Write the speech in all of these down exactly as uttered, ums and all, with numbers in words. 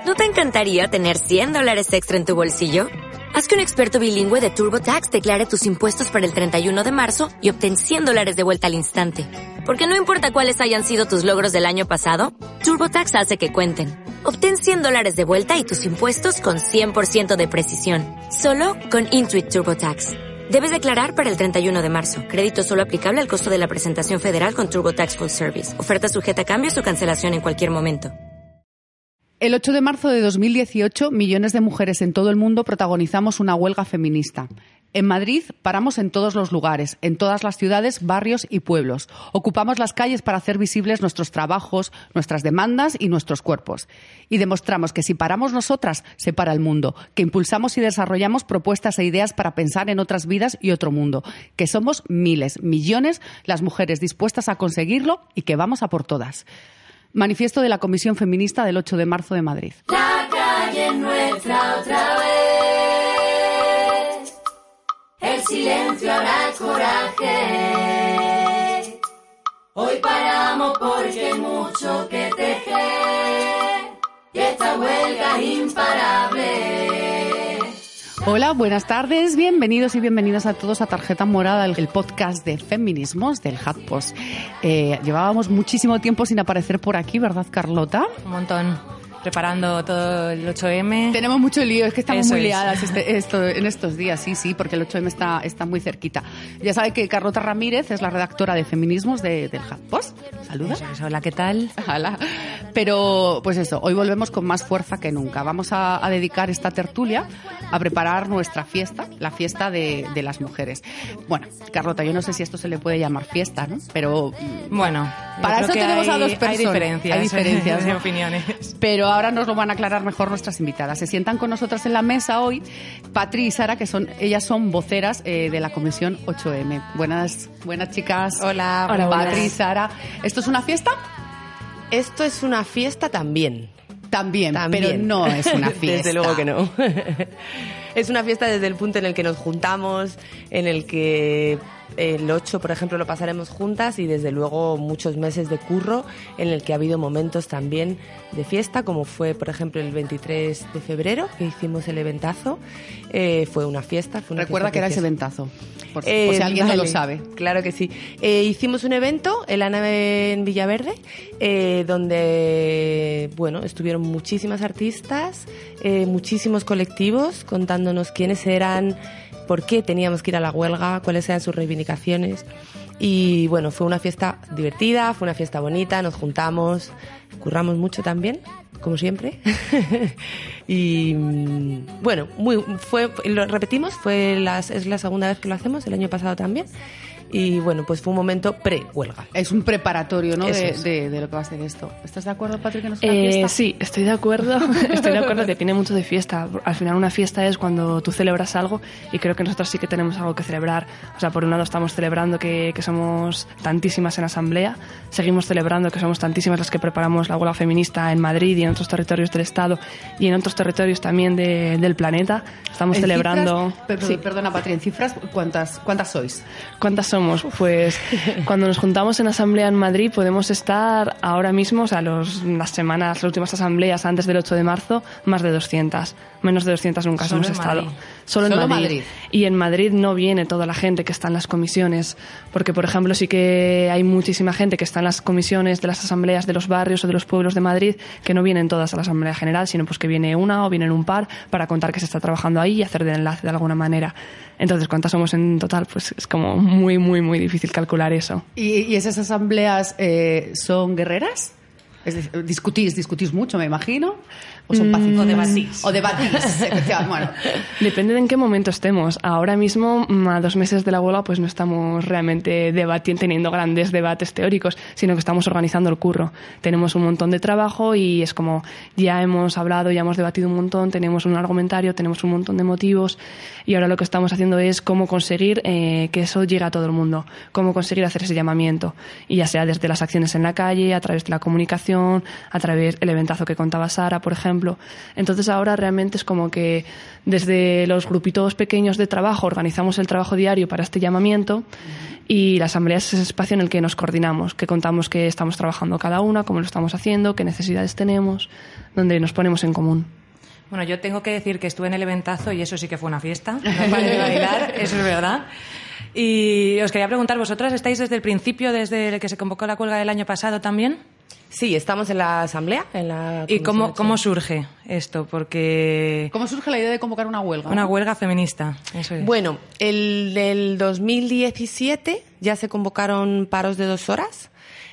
¿No te encantaría tener cien dólares extra en tu bolsillo? Haz que un experto bilingüe de TurboTax declare tus impuestos para el treinta y uno de marzo y obtén cien dólares de vuelta al instante. Porque no importa cuáles hayan sido tus logros del año pasado, TurboTax hace que cuenten. Obtén cien dólares de vuelta y tus impuestos con cien por ciento de precisión. Solo con Intuit TurboTax. Debes declarar para el treinta y uno de marzo. Crédito solo aplicable al costo de la presentación federal con TurboTax Full Service. Oferta sujeta a cambios o cancelación en cualquier momento. El ocho de marzo de dos mil dieciocho, millones de mujeres en todo el mundo protagonizamos una huelga feminista. En Madrid paramos en todos los lugares, en todas las ciudades, barrios y pueblos. Ocupamos las calles para hacer visibles nuestros trabajos, nuestras demandas y nuestros cuerpos. Y demostramos que si paramos nosotras, se para el mundo, que impulsamos y desarrollamos propuestas e ideas para pensar en otras vidas y otro mundo, que somos miles, millones las mujeres dispuestas a conseguirlo y que vamos a por todas. Manifiesto de la Comisión Feminista del ocho de marzo de Madrid. La calle es nuestra otra vez. El silencio hará coraje. Hoy paramos porque hay mucho que tejer. Y esta huelga es imparable. Hola, buenas tardes, bienvenidos y bienvenidas a todos a Tarjeta Morada, el podcast de feminismos del HuffPost. Eh, llevábamos muchísimo tiempo sin aparecer por aquí, ¿verdad, Carlota? Un montón. Preparando todo el ocho eme. Tenemos mucho lío, es que estamos Eso muy es. liadas este, esto, en estos días, sí, sí, porque el ocho eme está, está muy cerquita. Ya sabe que Carlota Ramírez es la redactora de feminismos de, del HuffPost. Saluda. Eso es. Hola, ¿qué tal? Hola. Pero, pues eso, hoy volvemos con más fuerza que nunca. Vamos a, a dedicar esta tertulia a preparar nuestra fiesta, la fiesta de, de las mujeres. Bueno, Carlota, yo no sé si esto se le puede llamar fiesta, ¿no? Pero bueno, para eso tenemos hay, a dos personas. Hay diferencias, hay diferencias de ¿no? opiniones. Pero ahora nos lo van a aclarar mejor nuestras invitadas. Se sientan con nosotras en la mesa hoy Patri y Sara, que son ellas son voceras eh, de la Comisión ocho eme. Buenas, buenas chicas. Hola, Hola buenas. Patri y Sara. ¿Esto es una fiesta? Esto es una fiesta también. También, También. pero no es una fiesta. Desde luego que no. Es una fiesta desde el punto en el que nos juntamos, en el que el ocho, por ejemplo, lo pasaremos juntas y desde luego muchos meses de curro en el que ha habido momentos también de fiesta, como fue, por ejemplo, el veintitrés de febrero, que hicimos el eventazo. Eh, fue una fiesta. Fue una Recuerda fiesta que era ese preciosa. eventazo, por, Eh, por si alguien vale, no lo sabe. Claro que sí. Eh, hicimos un evento en la nave en Villaverde, eh, donde bueno, estuvieron muchísimas artistas, eh, muchísimos colectivos contándonos quiénes eran, por qué teníamos que ir a la huelga, cuáles eran sus reivindicaciones. Y bueno, fue una fiesta divertida, fue una fiesta bonita, nos juntamos, curramos mucho también, como siempre. Y bueno, muy fue lo repetimos, fue las, es la segunda vez que lo hacemos, el año pasado también. Y bueno, pues fue un momento pre-huelga. Es un preparatorio, ¿no? De, es. de, de lo que va a ser esto. ¿Estás de acuerdo, Patrick, que no es una Eh, fiesta? sí, estoy de acuerdo. Estoy de acuerdo, depende mucho de fiesta. Al final una fiesta es cuando tú celebras algo y creo que nosotros sí que tenemos algo que celebrar. O sea, por un lado estamos celebrando que, que somos tantísimas en asamblea, seguimos celebrando que somos tantísimas las que preparamos la huelga feminista en Madrid y en otros territorios del Estado y en otros territorios también de, del planeta. Estamos En celebrando... cifras, per- Sí. Perdona, Patri, en cifras, ¿cuántas, cuántas sois? ¿Cuántas somos? Pues cuando nos juntamos en asamblea en Madrid podemos estar ahora mismo, o sea, los, las semanas, las últimas asambleas antes del ocho de marzo, más de doscientas. Menos de doscientas nunca Solo hemos en estado. Madrid. Solo en Solo Madrid. Madrid. Y en Madrid no viene toda la gente que está en las comisiones, porque por ejemplo sí que hay muchísima gente que está en las comisiones de las asambleas de los barrios o de los pueblos de Madrid que no vienen todas a la asamblea general, sino pues que viene una o vienen un par para contar que se está trabajando ahí y hacer de enlace de alguna manera. Entonces, ¿cuántas somos en total? Pues es como muy, muy, muy difícil calcular eso. ¿Y, y esas asambleas eh, son guerreras? Es decir, discutís, discutís mucho, me imagino. ¿O son pacíficos? O debatís. O debatís, efectivamente. Bueno, Depende de en qué momento estemos. Ahora mismo, a dos meses de la huelga, pues no estamos realmente debatiendo, teniendo grandes debates teóricos, sino que estamos organizando el curro. Tenemos un montón de trabajo y es como ya hemos hablado, ya hemos debatido un montón, tenemos un argumentario, tenemos un montón de motivos y ahora lo que estamos haciendo es cómo conseguir eh, que eso llegue a todo el mundo, cómo conseguir hacer ese llamamiento y ya sea desde las acciones en la calle, a través de la comunicación, televisión, a través del eventazo que contaba Sara, por ejemplo. Entonces ahora realmente es como que desde los grupitos pequeños de trabajo organizamos el trabajo diario para este llamamiento y la asamblea es ese espacio en el que nos coordinamos, que contamos qué estamos trabajando cada una, cómo lo estamos haciendo, qué necesidades tenemos, donde nos ponemos en común. Bueno, yo tengo que decir que estuve en el eventazo y eso sí que fue una fiesta. No paré de bailar, eso es verdad. Y os quería preguntar, ¿vosotras estáis desde el principio, desde que se convocó la huelga del año pasado también? Sí, estamos en la asamblea. En la ¿Y cómo, cómo surge esto? Porque... ¿Cómo surge la idea de convocar una huelga? Una ¿no? huelga feminista, eso es. Bueno, el del dos mil diecisiete ya se convocaron paros de dos horas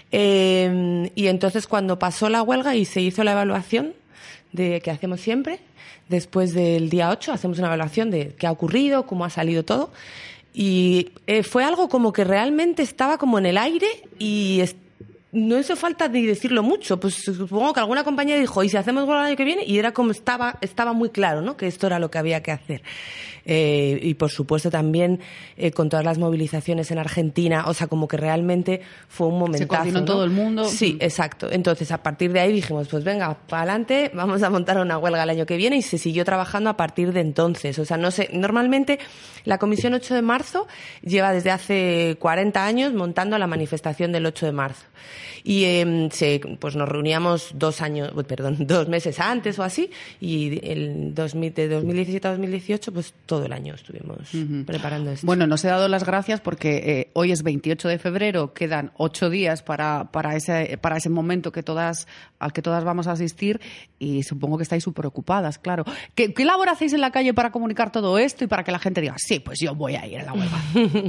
eh, y entonces cuando pasó la huelga y se hizo la evaluación de que hacemos siempre, después del día ocho hacemos una evaluación de qué ha ocurrido, cómo ha salido todo y eh, fue algo como que realmente estaba como en el aire y est- no hizo falta ni decirlo mucho, pues supongo que alguna compañía dijo, ¿y si hacemos huelga el año que viene? Y era como estaba, estaba muy claro, ¿no? Que esto era lo que había que hacer. Eh, y por supuesto también eh, con todas las movilizaciones en Argentina, o sea, como que realmente fue un momentazo. Se coordinó en ¿no? todo el mundo. Sí, exacto. Entonces, a partir de ahí dijimos, pues venga, para adelante, vamos a montar una huelga el año que viene y se siguió trabajando a partir de entonces. O sea, no sé, normalmente la Comisión ocho de marzo lleva desde hace cuarenta años montando la manifestación del ocho de marzo. Y eh, se, pues nos reuníamos dos años, perdón, dos meses antes o así, y el dos mil, de dos mil diecisiete a dos mil dieciocho, pues todo el año estuvimos uh-huh. preparando esto. Bueno, nos he dado las gracias porque eh, hoy es veintiocho de febrero, quedan ocho días para, para, ese, para ese momento que todas, al que todas vamos a asistir y supongo que estáis súper ocupadas, claro. ¿Qué, ¿Qué labor hacéis en la calle para comunicar todo esto y para que la gente diga, sí, pues yo voy a ir a la huelga?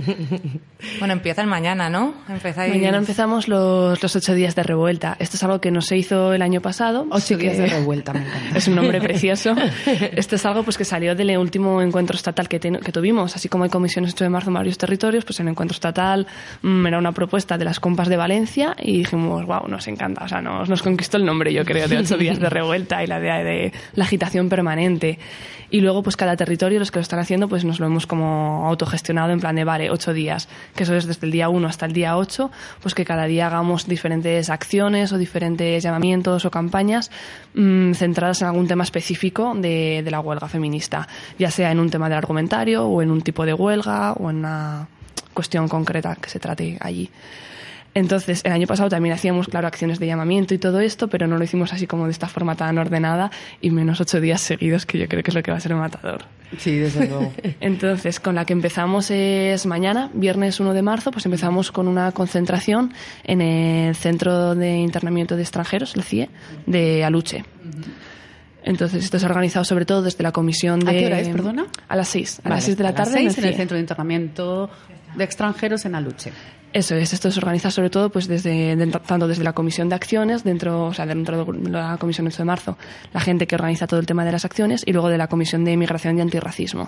Bueno, empiezan mañana, ¿no? Empezáis... Mañana empezamos los, los ocho días de revuelta. Esto es algo que no se hizo el año pasado. Ocho días de revuelta, me encanta. Es un nombre precioso. Esto es algo pues que salió del último encuentro estatal que, ten, que tuvimos. Así como hay comisiones ocho de marzo en varios territorios, pues el encuentro estatal mmm, era una propuesta de las compas de Valencia y dijimos, wow, nos encanta. O sea, nos, nos conquistó el nombre, yo creo, de ocho días de revuelta y la idea de la agitación permanente. Y luego, pues cada territorio, los que lo están haciendo, pues nos lo hemos como autogestionado en plan de, vale, ocho días, que eso es desde el día uno hasta el día ocho, pues que cada día hagamos diferentes acciones o diferentes llamamientos o campañas mmm, centradas en algún tema específico de, de la huelga feminista, ya sea en un tema del argumentario o en un tipo de huelga o en una cuestión concreta que se trate allí. Entonces, el año pasado también hacíamos, claro, acciones de llamamiento y todo esto, pero no lo hicimos así como de esta forma tan ordenada y menos ocho días seguidos, que yo creo que es lo que va a ser matador. Sí, desde luego. Entonces, con la que empezamos es mañana, viernes uno de marzo, pues empezamos con una concentración en el Centro de Internamiento de Extranjeros, el C I E, de Aluche. Entonces, esto se ha organizado sobre todo desde la comisión de... ¿A qué hora es, perdona? A las seis. A Vale, las seis de la a las tarde seis en en el, el Centro de Internamiento de Extranjeros en Aluche. Eso es, esto se organiza sobre todo pues desde dentro, tanto desde la Comisión de Acciones, dentro, o sea, dentro de la Comisión ocho de marzo, la gente que organiza todo el tema de las acciones, y luego de la Comisión de Migración y Antirracismo.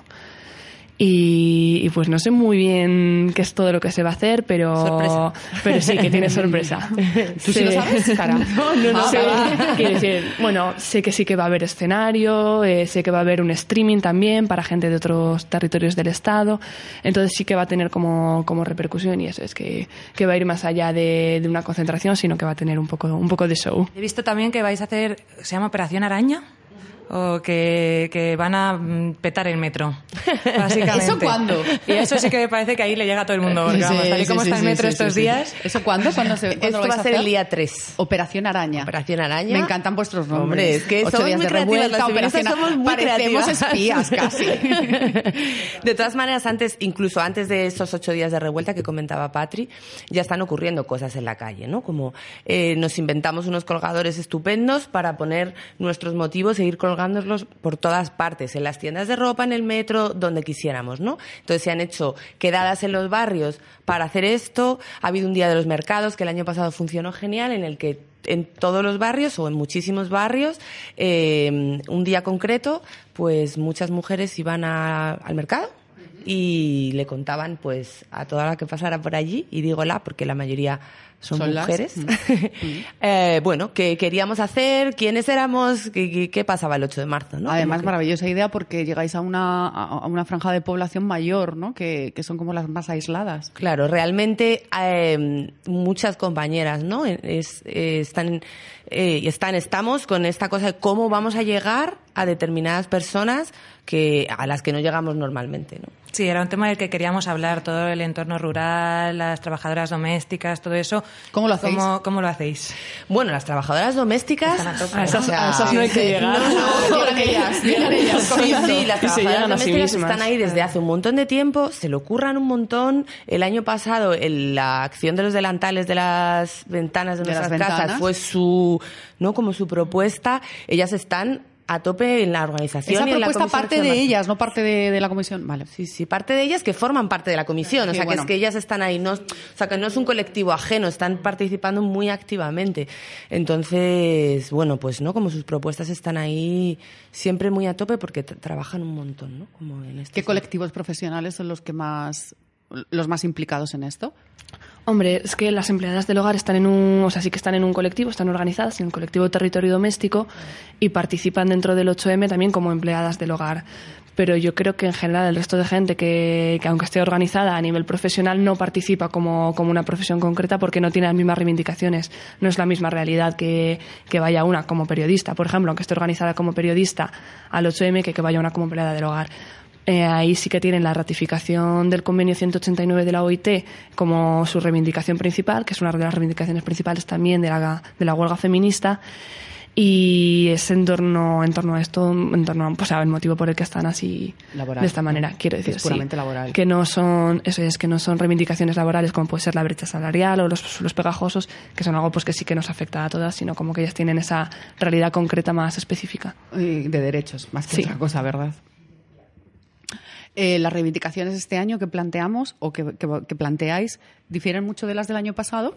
Y, y pues no sé muy bien qué es todo lo que se va a hacer, pero sorpresa. Pero sí, que tiene sorpresa. ¿Tú sí lo sabes, Sara? No, no, no Ah, sé. ah. Quiero decir, bueno, sé que sí que va a haber escenario, eh, sé que va a haber un streaming también para gente de otros territorios del Estado, entonces sí que va a tener como, como repercusión, y eso es que, que va a ir más allá de, de una concentración, sino que va a tener un poco, un poco de show. He visto también que vais a hacer, ¿se llama Operación Araña? O que, que van a mm, petar el metro, básicamente. ¿Eso cuándo? Y eso sí que me parece que ahí le llega a todo el mundo, porque vamos, Sí, tal y sí, como sí, está el sí, metro sí, estos sí, sí. días... ¿Eso cuándo? ¿Cuándo, se, ¿cuándo Esto lo vais va a a ser hacer? el día tres. Operación Araña. Operación Araña. Me encantan vuestros nombres. Hombre, es que Ocho somos días muy de creativas, revuelta, las feministas Operación somos muy Parecemos creativas. espías casi. De todas maneras, antes, incluso antes de esos ocho días de revuelta que comentaba Patri, ya están ocurriendo cosas en la calle, ¿no? Como eh, nos inventamos unos colgadores estupendos para poner nuestros motivos e ir colgándolos por todas partes, en las tiendas de ropa, en el metro, donde quisiéramos, ¿no? Entonces se han hecho quedadas en los barrios para hacer esto. Ha habido un día de los mercados que el año pasado funcionó genial, en el que en todos los barrios o en muchísimos barrios, eh, un día concreto, pues muchas mujeres iban a, al mercado y le contaban pues a toda la que pasara por allí, y digo la porque la mayoría son, Son mujeres. las... eh, bueno, que queríamos hacer, quiénes éramos, qué, qué pasaba el ocho de marzo, ¿no? Además, que... maravillosa idea porque llegáis a una, a una franja de población mayor, ¿no? Que, que son como las más aisladas. Claro, realmente eh, muchas compañeras, ¿no? Es, eh, están, eh, están, estamos con esta cosa de cómo vamos a llegar a determinadas personas que a las que no llegamos normalmente, ¿no? Sí, era un tema del que queríamos hablar, todo el entorno rural, las trabajadoras domésticas, todo eso. ¿Cómo lo hacéis? ¿Cómo, cómo lo hacéis? Bueno, las trabajadoras domésticas... Están a tope, A esas, o sea, a esas no hay que sí, llegar. no, no, Llegan ellas, llegan ellas Sí, corriendo. sí, las Y se llegan trabajadoras a sí domésticas mismas. están ahí desde hace un montón de tiempo, se lo curran un montón. El año pasado, el- la acción de los delantales de las ventanas de, De las nuestras casas ventanas. fue su, ¿no? Como su propuesta. Ellas están a tope en la organización Esa y en la propuesta comisión parte ocho de marzo. ellas, no parte de, de la comisión. Vale. Sí, sí, parte de ellas que forman parte de la comisión, o Sí, sea, bueno. que es que ellas están ahí, no, o sea, que no es un colectivo ajeno, están participando muy activamente. Entonces, bueno, pues no, como sus propuestas están ahí siempre muy a tope porque t- trabajan un montón, ¿no? Como en estos- ¿Qué colectivos profesionales son los que más, los más implicados en esto? Hombre, es que las empleadas del hogar están en un, o sea, sí que están en un colectivo, están organizadas en el colectivo Territorio Doméstico y participan dentro del ocho eme también como empleadas del hogar. Pero yo creo que en general el resto de gente que, que aunque esté organizada a nivel profesional no participa como, como una profesión concreta porque no tiene las mismas reivindicaciones. No es la misma realidad que, que vaya una como periodista, por ejemplo, aunque esté organizada como periodista al ocho eme que que vaya una como empleada del hogar. Eh, ahí sí que tienen la ratificación del convenio ciento ochenta y nueve de la O I T como su reivindicación principal, que es una de las reivindicaciones principales también de la, de la huelga feminista. Y es en torno, en torno a esto, en torno a, o sea, el motivo por el que están así Laboral. de esta manera, quiero decir. Es puramente sí. laboral. Que no son, eso es, que no son reivindicaciones laborales como puede ser la brecha salarial o los, los pegajosos, que son algo pues que sí que nos afecta a todas, sino como que ellas tienen esa realidad concreta más específica. Eh, De derechos, más que Sí. otra cosa, ¿verdad? Eh, las reivindicaciones de este año que planteamos o que, que, que planteáis difieren mucho de las del año pasado.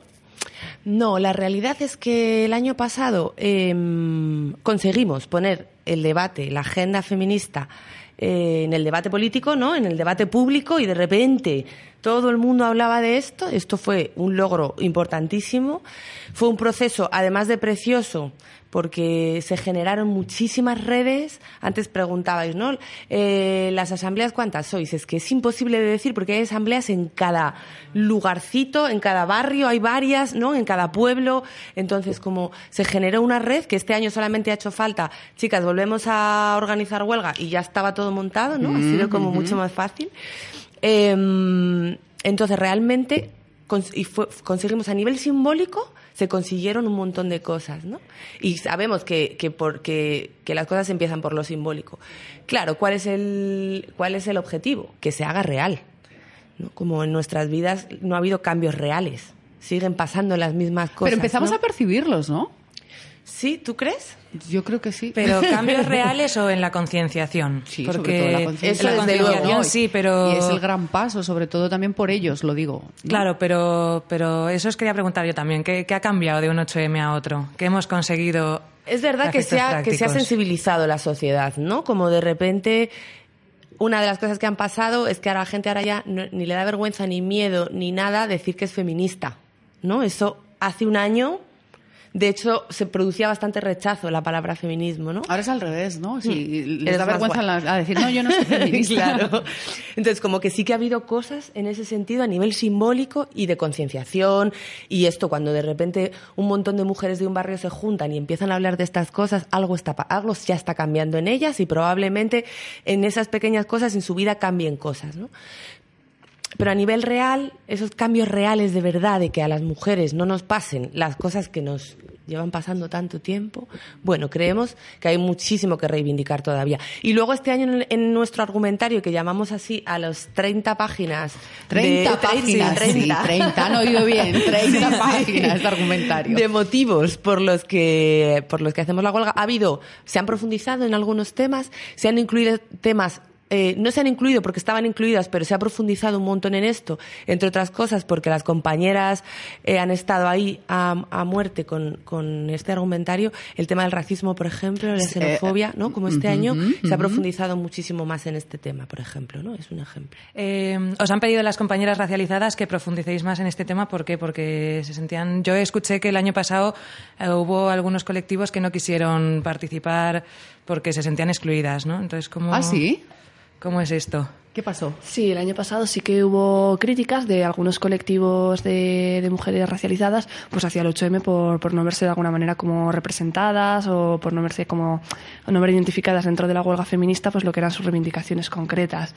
No, la realidad es que el año pasado eh, conseguimos poner el debate, la agenda feminista eh, en el debate político, ¿no? En el debate público y de repente todo el mundo hablaba de esto. Esto fue un logro importantísimo. Fue un proceso, además de precioso, porque se generaron muchísimas redes. Antes preguntabais, ¿no? Eh, ¿Las asambleas cuántas sois? Es que es imposible de decir porque hay asambleas en cada lugarcito, en cada barrio, hay varias, ¿no? En cada pueblo. Entonces, como se generó una red que este año solamente ha hecho falta, chicas, volvemos a organizar huelga y ya estaba todo montado, ¿no? Ha sido como mucho más fácil. Eh, entonces, realmente cons- y fue- conseguimos a nivel simbólico, se consiguieron un montón de cosas, ¿no? Y sabemos que, que, por, que, que las cosas empiezan por lo simbólico. Claro, ¿cuál es el, cuál es el objetivo? Que se haga real, ¿no? Como en nuestras vidas no ha habido cambios reales. Siguen pasando las mismas cosas. Pero empezamos ¿no? a percibirlos, ¿no? ¿Sí? ¿Tú crees? Yo creo que sí. ¿Pero cambios reales o en la concienciación? Sí, porque sobre todo la conciencia. Eso la desde luego. concienciación No, sí, pero... Y es el gran paso, sobre todo también por ellos, lo digo, ¿no? Claro, pero, pero eso os quería preguntar yo también. ¿Qué, qué ha cambiado de un ocho eme a otro? ¿Qué hemos conseguido? Es verdad a que efectos se, ha, que se ha prácticos? sensibilizado la sociedad, ¿no? Como de repente, una de las cosas que han pasado es que a la gente ahora ya no- ni le da vergüenza, ni miedo, ni nada decir que es feminista, ¿no? Eso hace un año, de hecho, se producía bastante rechazo la palabra feminismo, ¿no? Ahora es al revés, ¿no? Sí, les Eres da más vergüenza guay. la- a decir, no, yo no soy feminista. Claro. Entonces, como que sí que ha habido cosas en ese sentido a nivel simbólico y de concienciación. Y esto, cuando de repente un montón de mujeres de un barrio se juntan y empiezan a hablar de estas cosas, algo, está, pa- algo ya está cambiando en ellas y probablemente en esas pequeñas cosas en su vida cambien cosas, ¿no? Pero a nivel real, esos cambios reales de verdad, de que a las mujeres no nos pasen las cosas que nos llevan pasando tanto tiempo, bueno, creemos que hay muchísimo que reivindicar todavía. Y luego este año en, en nuestro argumentario, que llamamos así a las treinta páginas... treinta de, páginas, sí, sí, treinta, han oído bien, treinta Sí, sí. páginas de argumentario. De motivos por los que por los que hacemos la huelga. Ha habido, se han profundizado en algunos temas, se han incluido temas eh, no se han incluido porque estaban incluidas, pero se ha profundizado un montón en esto, entre otras cosas porque las compañeras eh, han estado ahí a, a muerte con, con este argumentario. El tema del racismo, por ejemplo, la xenofobia, ¿no? Como este uh-huh, año uh-huh. se ha profundizado muchísimo más en este tema, por ejemplo, ¿no? Es un ejemplo. Eh, os han pedido las compañeras racializadas que profundicéis más en este tema. ¿Por qué? Porque se sentían... Yo escuché que el año pasado eh, hubo algunos colectivos que no quisieron participar porque se sentían excluidas, ¿no? Entonces, ¿cómo... ¿Ah, sí? ¿Cómo es esto? ¿Qué pasó? Sí, el año pasado sí que hubo críticas de algunos colectivos de, de mujeres racializadas pues hacia el ocho eme por, por no verse de alguna manera como representadas o por no verse como no ver identificadas dentro de la huelga feminista pues lo que eran sus reivindicaciones concretas.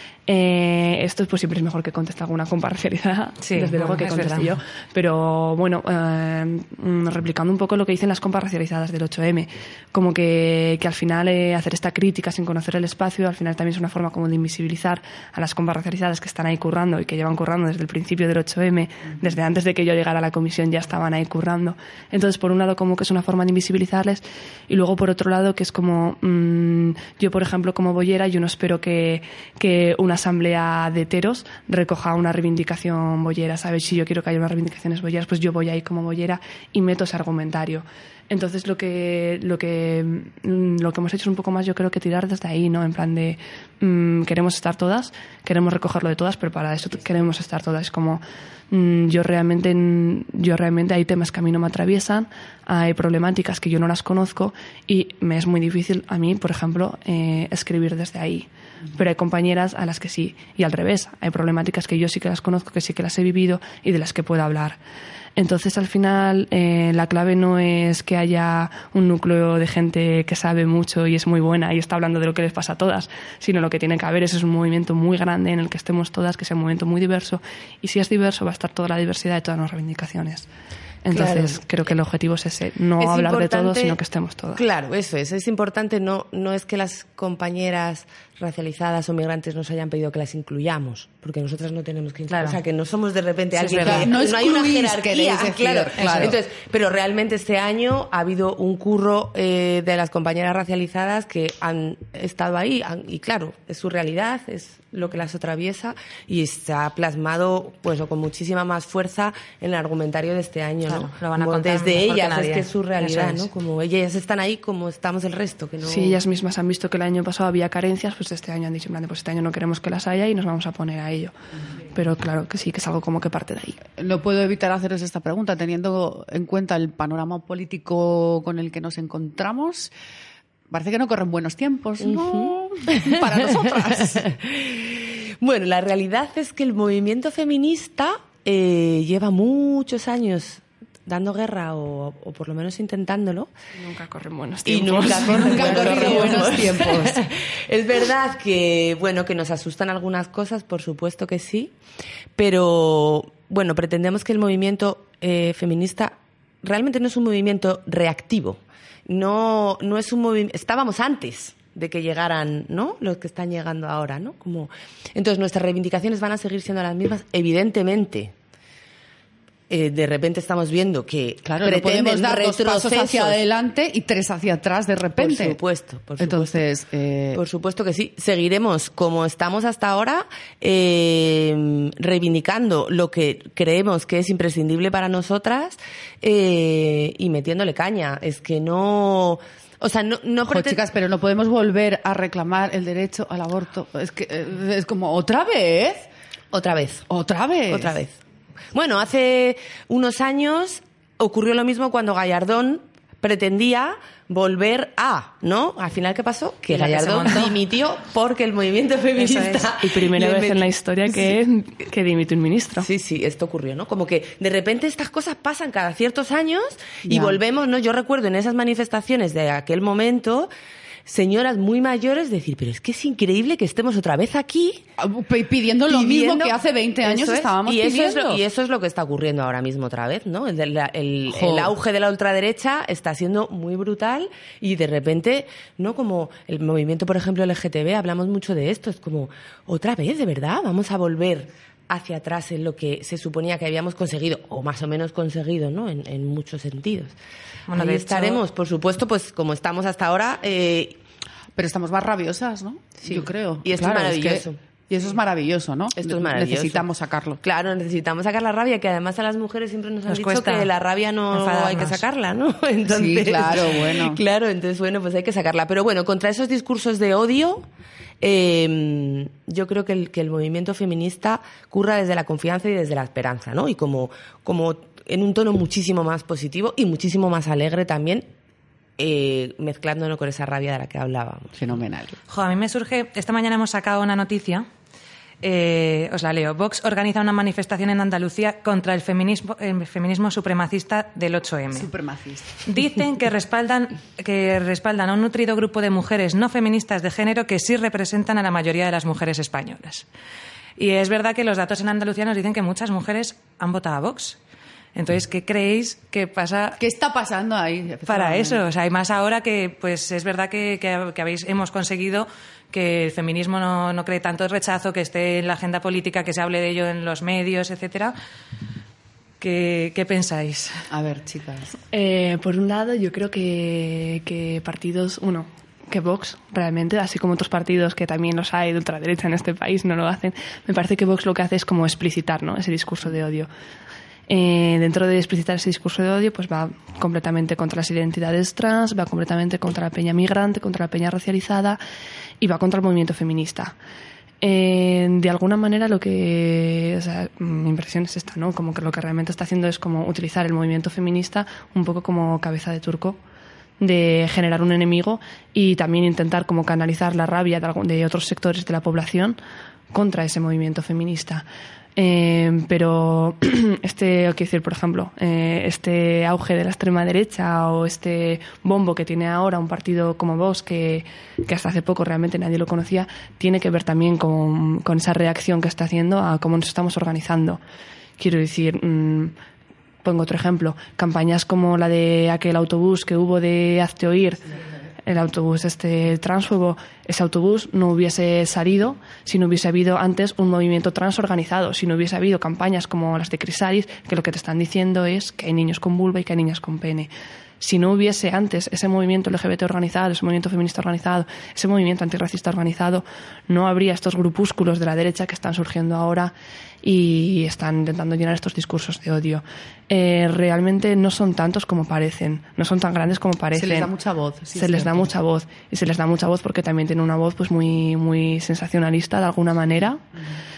Eh, esto pues siempre es mejor que conteste alguna compa racializada, sí, desde luego que conteste yo, pero bueno, eh, replicando un poco lo que dicen las compas racializadas del ocho eme, como que, que al final eh, hacer esta crítica sin conocer el espacio, al final también es una forma como de invisibilizar a las compas racializadas que están ahí currando y que llevan currando desde el principio del ocho eme, desde antes de que yo llegara a la comisión ya estaban ahí currando. Entonces, por un lado como que es una forma de invisibilizarles y luego por otro lado que es como mmm, yo por ejemplo como boyera yo no espero que, que una asamblea de heteros recoja una reivindicación boyera, ¿sabes? Si yo quiero que haya unas reivindicaciones boyeras, pues yo voy ahí como boyera y meto ese argumentario. Entonces lo que lo que lo que hemos hecho es un poco más, yo creo que tirar desde ahí, ¿no? En plan de mmm, queremos estar todas, queremos recogerlo de todas, pero para eso queremos estar todas. Es como mmm, yo realmente yo realmente hay temas que a mí no me atraviesan, hay problemáticas que yo no las conozco y me es muy difícil a mí, por ejemplo, eh, escribir desde ahí. Pero hay compañeras a las que sí, y al revés, hay problemáticas que yo sí que las conozco, que sí que las he vivido y de las que puedo hablar. Entonces, al final, eh, la clave no es que haya un núcleo de gente que sabe mucho y es muy buena y está hablando de lo que les pasa a todas, sino lo que tiene que haber es, es un movimiento muy grande en el que estemos todas, que sea un movimiento muy diverso, y si es diverso va a estar toda la diversidad de todas las reivindicaciones. Entonces, claro, creo que el objetivo es ese, no es hablar de todo, sino que estemos todas. Claro, eso es. Es importante, no, no es que las compañeras racializadas o migrantes nos hayan pedido que las incluyamos, porque nosotras no tenemos que incluir. Claro. O sea, que no somos de repente sí, alguien que... No, no hay una jerarquía, decir, claro. claro. Entonces, pero realmente este año ha habido un curro eh, de las compañeras racializadas que han estado ahí, han, y claro, es su realidad, es lo que las atraviesa y se ha plasmado pues con muchísima más fuerza en el argumentario de este año, claro, ¿no? Lo van a contar desde ellas, que es que es su realidad, es. ¿no? Como ellas están ahí como estamos el resto. Que no... Sí, ellas mismas han visto que el año pasado había carencias, pues este año han dicho, pues este año no queremos que las haya y nos vamos a poner a ello. Pero claro que sí, que es algo como que parte de ahí. No puedo evitar haceros esta pregunta, teniendo en cuenta el panorama político con el que nos encontramos. Parece que no corren buenos tiempos, ¿no? Uh-huh. Para nosotras. Bueno, la realidad es que el movimiento feminista eh, lleva muchos años dando guerra o, o por lo menos intentándolo. Nunca corren buenos tiempos. Y nunca corren nunca buenos, buenos tiempos. Es verdad que, bueno, que nos asustan algunas cosas, por supuesto que sí, pero, bueno, pretendemos que el movimiento eh, feminista realmente no es un movimiento reactivo. No, no es un movimiento... Estábamos antes de que llegaran, ¿no?, los que están llegando ahora, ¿no? Como... Entonces, nuestras reivindicaciones van a seguir siendo las mismas, evidentemente. Eh, de repente estamos viendo que claro, no podemos dar dos pasos hacia adelante y tres hacia atrás de repente. Por supuesto, por supuesto. Entonces, eh... por supuesto que sí. Seguiremos como estamos hasta ahora, eh, reivindicando lo que creemos que es imprescindible para nosotras eh, y metiéndole caña. Es que no... O sea, no, no Ojo, pretend... chicas, pero no podemos volver a reclamar el derecho al aborto. Es que es como, ¿otra vez? Otra vez. ¿Otra vez? Otra vez. Bueno, hace unos años ocurrió lo mismo cuando Gallardón pretendía volver a, ¿no? Al final, ¿qué pasó? Que Gallardón que dimitió porque el movimiento feminista... Es. Y primera vez met... en la historia que, sí. que dimite un ministro. Sí, sí, esto ocurrió, ¿no? Como que de repente estas cosas pasan cada ciertos años y ya. volvemos, ¿no? Yo recuerdo en esas manifestaciones de aquel momento... señoras muy mayores decir, pero es que es increíble que estemos otra vez aquí pidiendo lo pidiendo, mismo que hace veinte años es, estábamos y eso pidiendo. Es lo, y eso es lo que está ocurriendo ahora mismo otra vez, ¿no? El, el, el, el auge de la ultraderecha está siendo muy brutal y de repente, ¿no? Como el movimiento, por ejemplo, L G T B, hablamos mucho de esto, es como, otra vez, ¿de verdad? Vamos a volver hacia atrás en lo que se suponía que habíamos conseguido, o más o menos conseguido, ¿no? En, en muchos sentidos. Bueno, ahí estaremos, por supuesto, pues como estamos hasta ahora... Eh, Pero estamos más rabiosas, ¿no? Sí. Yo creo. Y esto es maravilloso. Es que, y eso es maravilloso, ¿no? Esto es maravilloso. Necesitamos sacarlo. Claro, necesitamos sacar la rabia, que además a las mujeres siempre nos han Nos dicho cuesta que la rabia no enfadarnos. hay que sacarla, ¿no? Entonces, Sí, claro, bueno. Claro, entonces, bueno, pues hay que sacarla. Pero bueno, contra esos discursos de odio, eh, yo creo que el, que el movimiento feminista curra desde la confianza y desde la esperanza, ¿no? Y como, como en un tono muchísimo más positivo y muchísimo más alegre también, eh, mezclándonos con esa rabia de la que hablábamos. Fenomenal. Jo, a mí me surge... Esta mañana hemos sacado una noticia, eh, os la leo. Vox organiza una manifestación en Andalucía contra el feminismo, el feminismo supremacista del ocho eme. Supremacista. Dicen que respaldan, que respaldan a un nutrido grupo de mujeres no feministas de género que sí representan a la mayoría de las mujeres españolas. Y es verdad que los datos en Andalucía nos dicen que muchas mujeres han votado a Vox. Entonces, ¿qué creéis que pasa? ¿Qué está pasando ahí? Para eso, o sea, y más ahora que, pues, es verdad que, que, que habéis, hemos conseguido que el feminismo no, no cree tanto rechazo, que esté en la agenda política, que se hable de ello en los medios, etcétera. ¿Qué, qué pensáis? A ver, chicas. Eh, por un lado, yo creo que, que partidos, uno, que Vox realmente, así como otros partidos que también los hay de ultraderecha en este país, no lo hacen, me parece que Vox lo que hace es como explicitar, ¿no?, ese discurso de odio. Eh, dentro de explicitar ese discurso de odio, pues va completamente contra las identidades trans, va completamente contra la peña migrante, contra la peña racializada y va contra el movimiento feminista. Eh, de alguna manera lo que, o sea, mi impresión es esta, ¿no? Como que lo que realmente está haciendo es como utilizar el movimiento feminista un poco como cabeza de turco, de generar un enemigo y también intentar como canalizar la rabia de, algún, de otros sectores de la población contra ese movimiento feminista. Eh, pero este, quiero decir, por ejemplo, eh, este auge de la extrema derecha o este bombo que tiene ahora un partido como Vox, que, que hasta hace poco realmente nadie lo conocía, tiene que ver también con, con esa reacción que está haciendo a cómo nos estamos organizando. Quiero decir, mmm, pongo otro ejemplo, campañas como la de aquel autobús que hubo de Hazte Oír, el autobús este transfobo, ese autobús no hubiese salido si no hubiese habido antes un movimiento trans organizado, si no hubiese habido campañas como las de Crisalis, que lo que te están diciendo es que hay niños con vulva y que hay niñas con pene. Si no hubiese antes ese movimiento L G B T organizado, ese movimiento feminista organizado, ese movimiento antirracista organizado, no habría estos grupúsculos de la derecha que están surgiendo ahora y están intentando llenar estos discursos de odio. Eh, realmente no son tantos como parecen, no son tan grandes como parecen. Se les da mucha voz. Sí, se les da mucha voz. Y se les da mucha voz porque también tienen una voz pues muy, muy sensacionalista de alguna manera uh-huh.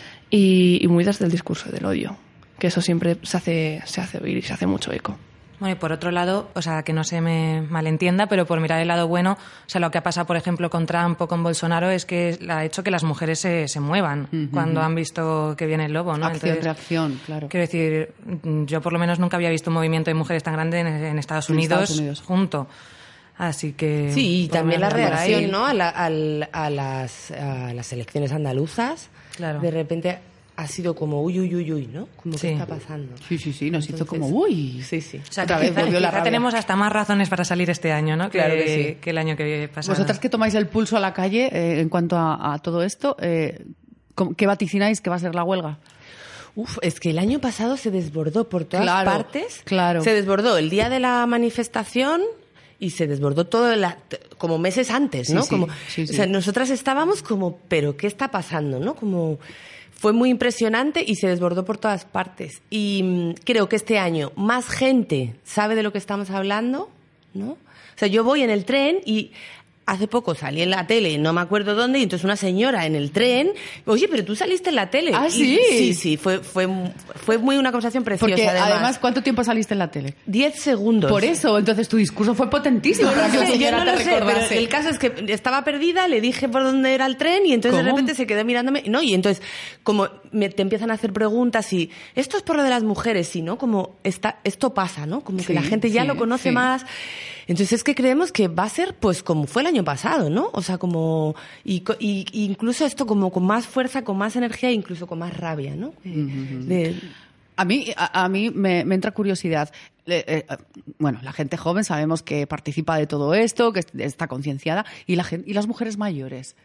y, y muy desde el discurso del odio, que eso siempre se hace, se hace oír y se hace mucho eco. Bueno, y por otro lado, o sea, que no se me malentienda, pero por mirar el lado bueno, o sea, lo que ha pasado, por ejemplo, con Trump o con Bolsonaro es que ha hecho que las mujeres se, se muevan uh-huh. cuando han visto que viene el lobo, ¿no? Acción, Entonces, reacción, claro. Quiero decir, yo por lo menos nunca había visto un movimiento de mujeres tan grande en, en Estados Unidos, en Estados Unidos junto. Así que... Sí, y también la reacción, ahí, ¿no? A, la, a, a, las, a las elecciones andaluzas. Claro. De repente ha sido como uy, uy, uy, uy, ¿no? Como sí. ¿qué está pasando? Sí, sí, sí, nos Entonces, hizo como uy. Sí, sí. O sea, Otra que vez quizá, volvió la quizá rabia. tenemos hasta más razones para salir este año, ¿no? Claro que, que sí. que el año que pasado. Vosotras que tomáis el pulso a la calle eh, en cuanto a, a todo esto, eh, ¿qué vaticináis que va a ser la huelga? Uf, es que el año pasado se desbordó por todas claro, partes. Claro. Se desbordó el día de la manifestación y se desbordó todo la, como meses antes, ¿no? Sí, sí, como, sí, sí. O sea, nosotras estábamos como, ¿pero qué está pasando, no? Como fue muy impresionante y se desbordó por todas partes. Y mmm, creo que este año más gente sabe de lo que estamos hablando, ¿no? O sea, yo voy en el tren y hace poco salí en la tele, no me acuerdo dónde, y entonces una señora en el tren, oye, pero tú saliste en la tele. ¿Ah, y, sí? Sí, sí, fue, fue, fue muy una conversación preciosa. Porque además, además, ¿cuánto tiempo saliste en la tele? Diez segundos. Por eso, entonces tu discurso fue potentísimo. No para lo que la sé, yo señora no te lo sé, recordase. pero el caso es que estaba perdida, le dije por dónde era el tren y entonces ¿Cómo? de repente se quedó mirándome, no, y entonces como me, te empiezan a hacer preguntas y esto es por lo de las mujeres, sí, ¿no? Como está, esto pasa, ¿no? Como Sí, que la gente ya sí, lo conoce sí. más. Entonces es que creemos que va a ser pues como fue el año pasado, ¿no? O sea, como y, y, y incluso esto como con más fuerza, con más energía e incluso con más rabia, ¿no? De, Uh-huh. de, A mí, a, a mí me, me entra curiosidad. Eh, eh, bueno, la gente joven sabemos que participa de todo esto, que está concienciada. ¿Y, la gente, ¿Y las mujeres mayores?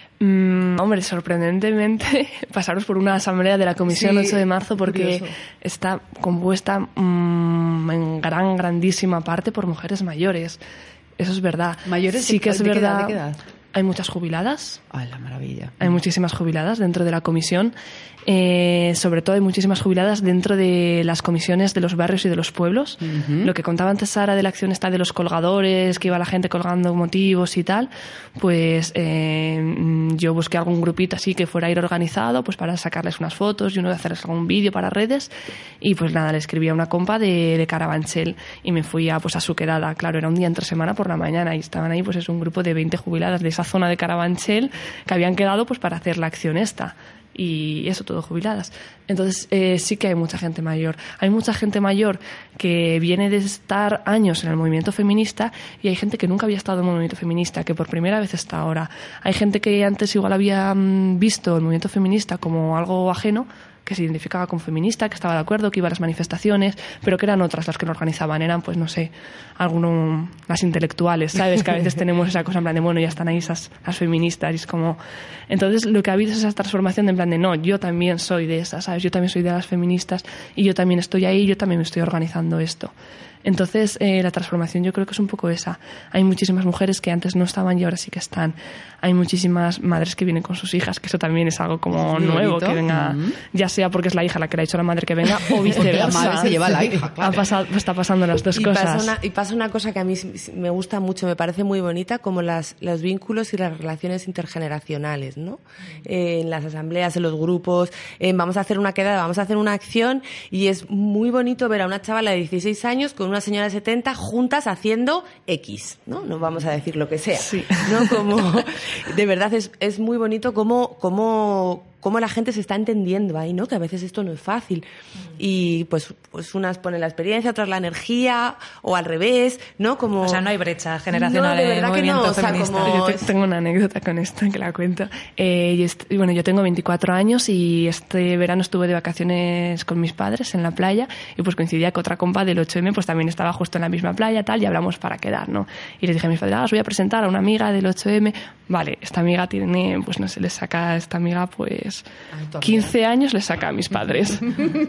Mm, hombre, sorprendentemente pasaros por una asamblea de la Comisión Sí, ocho de marzo porque curioso. está compuesta mmm, en gran, grandísima parte por mujeres mayores. Eso es verdad. ¿Mayores sí de- que es de qué edad, verdad. de qué edad? Hay muchas jubiladas. Ay, la maravilla. Hay muchísimas jubiladas dentro de la comisión. Eh, sobre todo hay muchísimas jubiladas dentro de las comisiones de los barrios y de los pueblos. Uh-huh. Lo que contaba antes Sara de la acción esta de los colgadores, que iba la gente colgando motivos y tal, pues eh, yo busqué algún grupito así que fuera a ir organizado, pues para sacarles unas fotos y uno de hacerles algún vídeo para redes, y pues nada, le escribí a una compa de, de Carabanchel y me fui a, pues a su quedada. Claro, era un día entre semana por la mañana y estaban ahí, pues es un grupo de veinte jubiladas de esa zona de Carabanchel que habían quedado pues para hacer la acción esta. Y eso, todo jubiladas. Entonces, eh, sí que hay mucha gente mayor. Hay mucha gente mayor que viene de estar años en el movimiento feminista y hay gente que nunca había estado en el movimiento feminista, que por primera vez está ahora. Hay gente que antes igual había visto el movimiento feminista como algo ajeno, que se identificaba como feminista, que estaba de acuerdo, que iba a las manifestaciones, pero que eran otras las que lo organizaban. Eran, pues no sé, alguno, las intelectuales, ¿sabes? Que a veces tenemos esa cosa en plan de, bueno, ya están ahí esas las feministas, y es como... Entonces, lo que ha habido es esa transformación de en plan de, no, yo también soy de esas, ¿sabes? Yo también soy de las feministas y yo también estoy ahí, yo también me estoy organizando esto. Entonces, eh, la transformación yo creo que es un poco esa. Hay muchísimas mujeres que antes no estaban y ahora sí que están. Hay muchísimas madres que vienen con sus hijas, que eso también es algo como es nuevo, bonito. que venga, Uh-huh. ya sea porque es la hija la que le ha dicho a la madre que venga o viceversa. La madre se lleva a la hija, claro. Ha pasado, está pasando las dos y cosas. Pasa una, y pasa una cosa que a mí me gusta mucho, me parece muy bonita, como las, los vínculos y las relaciones intergeneracionales, ¿no? Eh, en las asambleas, en los grupos, eh, vamos a hacer una quedada, vamos a hacer una acción, y es muy bonito ver a una chavala de dieciséis años con una señora de setenta juntas haciendo X, ¿no? No vamos a decir lo que sea, sí. ¿no? Como, de verdad es, es muy bonito cómo, cómo, cómo la gente se está entendiendo ahí, ¿no? Que a veces esto no es fácil. Y pues, pues unas ponen la experiencia, otras la energía, o al revés, ¿no? Como... O sea, no hay brecha generacional no, de en el verdad que movimiento no, o sea, feminista. como- Yo te- tengo una anécdota con esto que la cuento. Eh, y est- y bueno, yo tengo veinticuatro años y este verano estuve de vacaciones con mis padres en la playa y pues coincidía que otra compa del ocho eme pues también estaba justo en la misma playa tal y hablamos para quedar, ¿no? Y les dije a mis padres, ah, os voy a presentar a una amiga del ocho eme. Vale, esta amiga tiene, pues no sé, les saca a esta amiga pues quince años le saca a mis padres.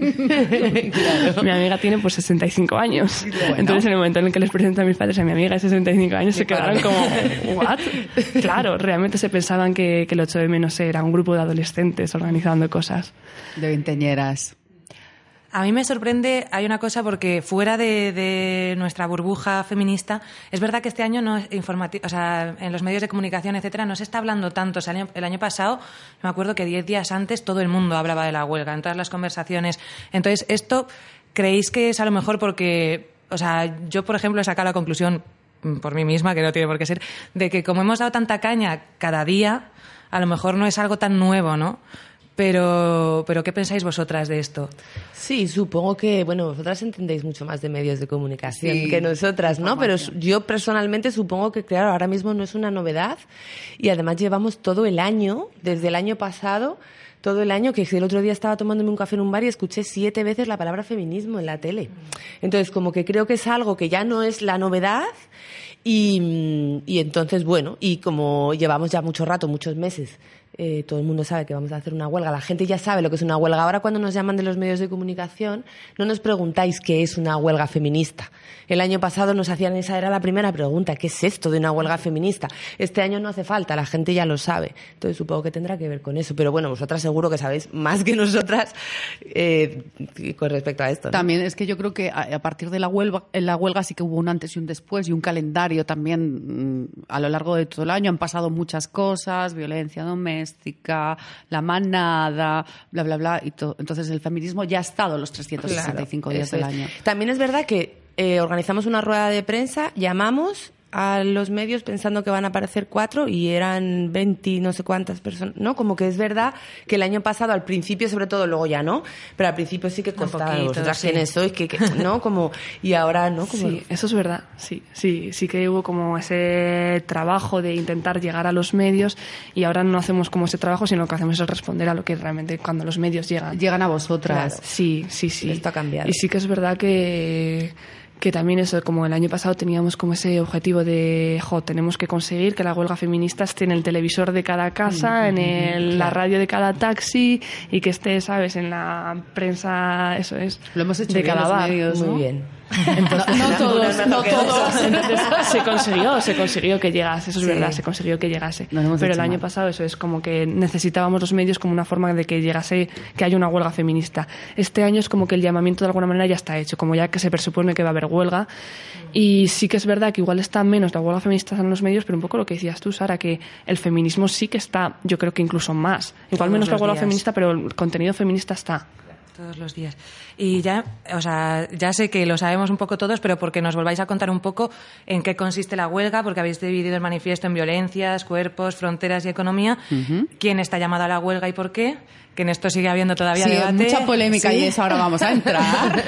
Claro. Mi amiga tiene pues sesenta y cinco años. Bueno. Entonces en el momento en el que les presento a mis padres a mi amiga de sesenta y cinco años se quedaron padre. como, ¿what? Claro, realmente se pensaban que, que el ocho eme, no sé, era un grupo de adolescentes organizando cosas. De veinteñeras. A mí me sorprende, hay una cosa, porque fuera de, de nuestra burbuja feminista, es verdad que este año no es informati- o sea, en los medios de comunicación, etcétera, no se está hablando tanto. O sea, el año, el año pasado, me acuerdo que diez días antes todo el mundo hablaba de la huelga, en todas las conversaciones. Entonces, esto, ¿creéis que es a lo mejor porque, o sea, yo, por ejemplo, he sacado la conclusión por mí misma, que no tiene por qué ser, de que como hemos dado tanta caña cada día, a lo mejor no es algo tan nuevo, ¿no? Pero, pero ¿qué pensáis vosotras de esto? Sí, supongo que, bueno, vosotras entendéis mucho más de medios de comunicación Sí, que nosotras, ¿no? Pero información. yo personalmente supongo que, claro, ahora mismo no es una novedad y además llevamos todo el año, desde el año pasado, todo el año, que el otro día estaba tomándome un café en un bar y escuché siete veces la palabra feminismo en la tele. Entonces, como que creo que es algo que ya no es la novedad y, y entonces, bueno, y como llevamos ya mucho rato, muchos meses, eh, todo el mundo sabe que vamos a hacer una huelga, la gente ya sabe lo que es una huelga. Ahora cuando nos llaman de los medios de comunicación no nos preguntáis qué es una huelga feminista. El año pasado nos hacían, esa era la primera pregunta, ¿qué es esto de una huelga feminista? Este año no hace falta, la gente ya lo sabe. Entonces supongo que tendrá que ver con eso. Pero bueno, vosotras seguro que sabéis más que nosotras eh, con respecto a esto, ¿no? También es que yo creo que a a partir de la huelga, en la huelga sí que hubo un antes y un después y un calendario también mm, a lo largo de todo el año. Han pasado muchas cosas, violencia doméstica, la manada, bla, bla, bla. Y to- entonces el feminismo ya ha estado los trescientos sesenta y cinco Claro, días eso del es. año. También es verdad que eh, organizamos una rueda de prensa, llamamos a los medios pensando que van a aparecer cuatro y eran veinte no sé cuántas personas, ¿no? Como que es verdad que el año pasado, al principio sobre todo, luego ya no, pero al principio sí que costaba, poquito, vosotras sí. quiénes sois, que, que, ¿no? Como, y ahora, ¿no? Como, Sí, eso es verdad. Sí, sí, sí que hubo como ese trabajo de intentar llegar a los medios y ahora no hacemos como ese trabajo, sino que hacemos es responder a lo que realmente cuando los medios llegan. Llegan a vosotras. Claro. Sí, sí, sí. Esto ha cambiado. Y sí que es verdad que, que también eso, como el año pasado teníamos como ese objetivo de, jo, tenemos que conseguir que la huelga feminista esté en el televisor de cada casa, en el, la radio de cada taxi y que esté, ¿sabes?, en la prensa, eso es, Lo hemos hecho de bien cada los bar. medios, muy ¿no? bien. Entonces, No todos, Algunas no me todos. Entonces se consiguió, se consiguió que llegase, eso es Sí. verdad, se consiguió que llegase. Nos hemos Pero hecho el año mal. pasado eso es como que necesitábamos los medios como una forma de que llegase, que haya una huelga feminista. Este año es como que el llamamiento de alguna manera ya está hecho, como ya que se presupone que va a haber huelga. Y sí que es verdad que igual está menos la huelga feminista en los medios, pero un poco lo que decías tú, Sara, que el feminismo sí que está, yo creo que incluso más. Igual Todos menos la los huelga días. feminista, pero el contenido feminista está. Todos los días. Y ya, o sea, ya sé que lo sabemos un poco todos, pero porque nos volváis a contar un poco en qué consiste la huelga, porque habéis dividido el manifiesto en violencias, cuerpos, fronteras y economía. ¿Quién está llamado a la huelga y por qué? Que en esto sigue habiendo todavía Sí, debate. mucha polémica Sí. y eso ahora vamos a entrar.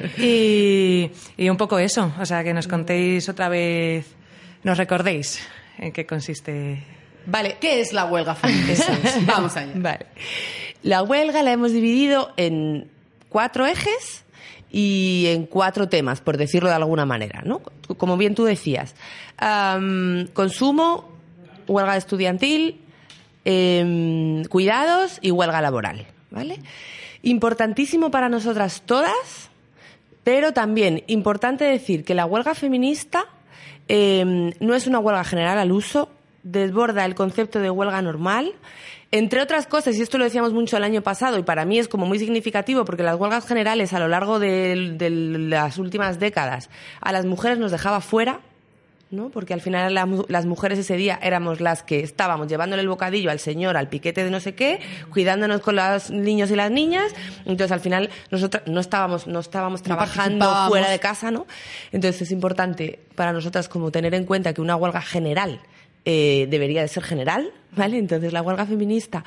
y, y un poco eso, o sea, que nos contéis otra vez, nos recordéis en qué consiste. Vale, ¿qué es la huelga feminista? Vamos allá. Vale. La huelga la hemos dividido en cuatro ejes y en cuatro temas, por decirlo de alguna manera, ¿no? Como bien tú decías. Am, consumo, huelga estudiantil, em, cuidados y huelga laboral, ¿vale? Importantísimo para nosotras todas, pero también importante decir que la huelga feminista em, no es una huelga general al uso, desborda el concepto de huelga normal. Entre otras cosas, y esto lo decíamos mucho el año pasado, y para mí es como muy significativo, porque las huelgas generales a lo largo de, de las últimas décadas a las mujeres nos dejaba fuera, ¿no? Porque al final la, las mujeres ese día éramos las que estábamos llevándole el bocadillo al señor, al piquete de no sé qué, cuidándonos con los niños y las niñas. Entonces al final nosotras no estábamos, no estábamos trabajando participábamos. fuera de casa, ¿no? Entonces es importante para nosotras como tener en cuenta que una huelga general Eh, debería de ser general, ¿vale? Entonces la huelga feminista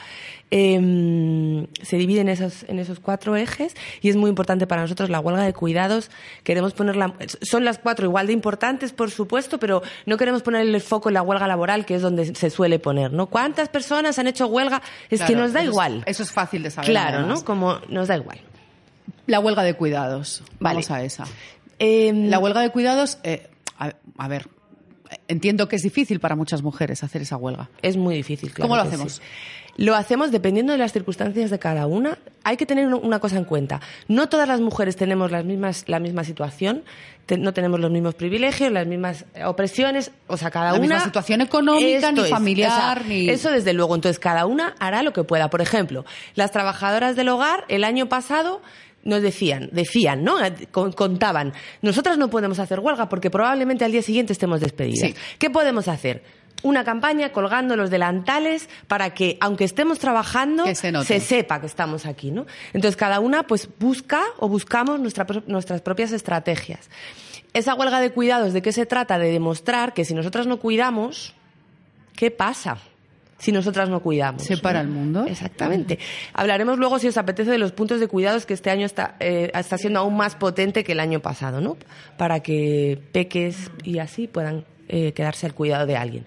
eh, se divide en esos, en esos cuatro ejes y es muy importante para nosotros la huelga de cuidados. Queremos ponerla, son las cuatro igual de importantes, por supuesto, pero no queremos poner el foco en la huelga laboral, que es donde se suele poner, ¿no? ¿Cuántas personas han hecho huelga? Es Claro, que nos da eso es- igual. eso es fácil de saber. Claro, además. ¿no? Como nos da igual. La huelga de cuidados. Vamos Vale. a esa. Eh, La huelga de cuidados, eh, a, a ver, entiendo que es difícil para muchas mujeres hacer esa huelga. Es muy difícil, claro. ¿Cómo lo que hacemos? sí. Lo hacemos dependiendo de las circunstancias de cada una. Hay que tener una cosa en cuenta. No todas las mujeres tenemos las mismas, la misma situación, te- no tenemos los mismos privilegios, las mismas opresiones. O sea, cada La una... misma situación económica, Esto ni es, familiar, o sea, ni... Eso desde luego. Entonces, cada una hará lo que pueda. Por ejemplo, las trabajadoras del hogar el año pasado nos decían, decían, ¿no? Con- Contaban, nosotras no podemos hacer huelga porque probablemente al día siguiente estemos despedidas. Sí. ¿Qué podemos hacer? Una campaña colgando los delantales para que, aunque estemos trabajando, Que se note. sepa que estamos aquí, ¿no? Entonces, cada una pues busca o buscamos nuestra pro- nuestras propias estrategias. Esa huelga de cuidados, ¿de qué se trata? De demostrar que si nosotras no cuidamos, ¿qué pasa si nosotras no cuidamos? ¿Se para ¿no? el mundo? Exactamente. Hablaremos luego, si os apetece, de los puntos de cuidados que este año está, eh, está siendo aún más potente que el año pasado, ¿no? Para que peques y así puedan eh, quedarse al cuidado de alguien.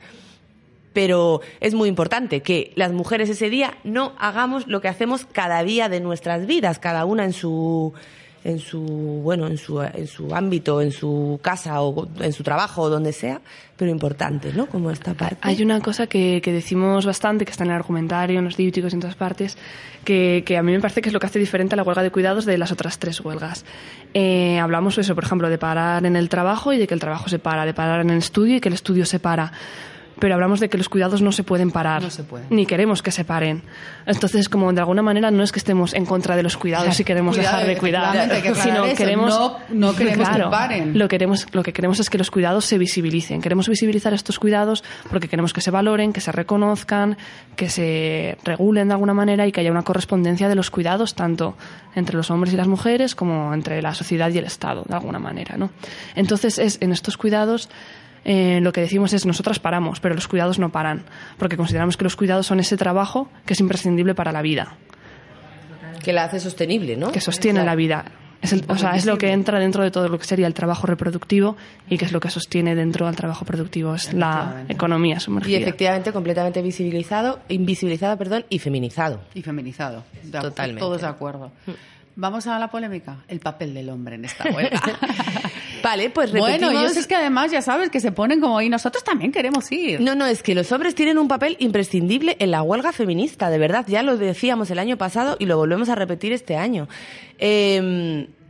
Pero es muy importante que las mujeres ese día no hagamos lo que hacemos cada día de nuestras vidas, cada una en su en su bueno en su en su ámbito, en su casa o en su trabajo o donde sea, pero importante, ¿no? Como esta parte. Hay una cosa que, que decimos bastante, que está en el argumentario, en los dípticos, en todas partes, que, que a mí me parece que es lo que hace diferente a la huelga de cuidados de las otras tres huelgas. Eh, hablamos eso, por ejemplo, de parar en el trabajo y de que el trabajo se para, de parar en el estudio y que el estudio se para. Pero hablamos de que los cuidados no se pueden parar, No se pueden. ni queremos que se paren. Entonces, como de alguna manera no es que estemos en contra de los cuidados y queremos Cuidado, dejar de cuidar, efectivamente, hay que aclarar sino eso. queremos No- no queremos que Claro, paren. Lo queremos, lo que queremos es que los cuidados se visibilicen. Queremos visibilizar estos cuidados porque queremos que se valoren, que se reconozcan, que se regulen de alguna manera y que haya una correspondencia de los cuidados tanto entre los hombres y las mujeres como entre la sociedad y el Estado, de alguna manera, ¿no? Entonces, es en estos cuidados eh, lo que decimos es nosotras paramos, pero los cuidados no paran, porque consideramos que los cuidados son ese trabajo que es imprescindible para la vida, Que la hace sostenible, ¿no? que sostiene la vida. Es el- o sea, es lo que entra dentro de todo lo que sería el trabajo reproductivo y que es lo que sostiene dentro del trabajo productivo, es la economía Y sumergida. efectivamente completamente visibilizado, invisibilizado, perdón, y feminizado. Y feminizado. De- Totalmente. Todos de acuerdo. Vamos a la polémica. El papel del hombre en esta huelga. Vale, pues repetimos. Bueno, yo sé es que además ya sabes que se ponen como y nosotros también queremos ir. No, no, es que los hombres tienen un papel imprescindible en la huelga feminista, de verdad. Ya lo decíamos el año pasado y lo volvemos a repetir este año. Eh,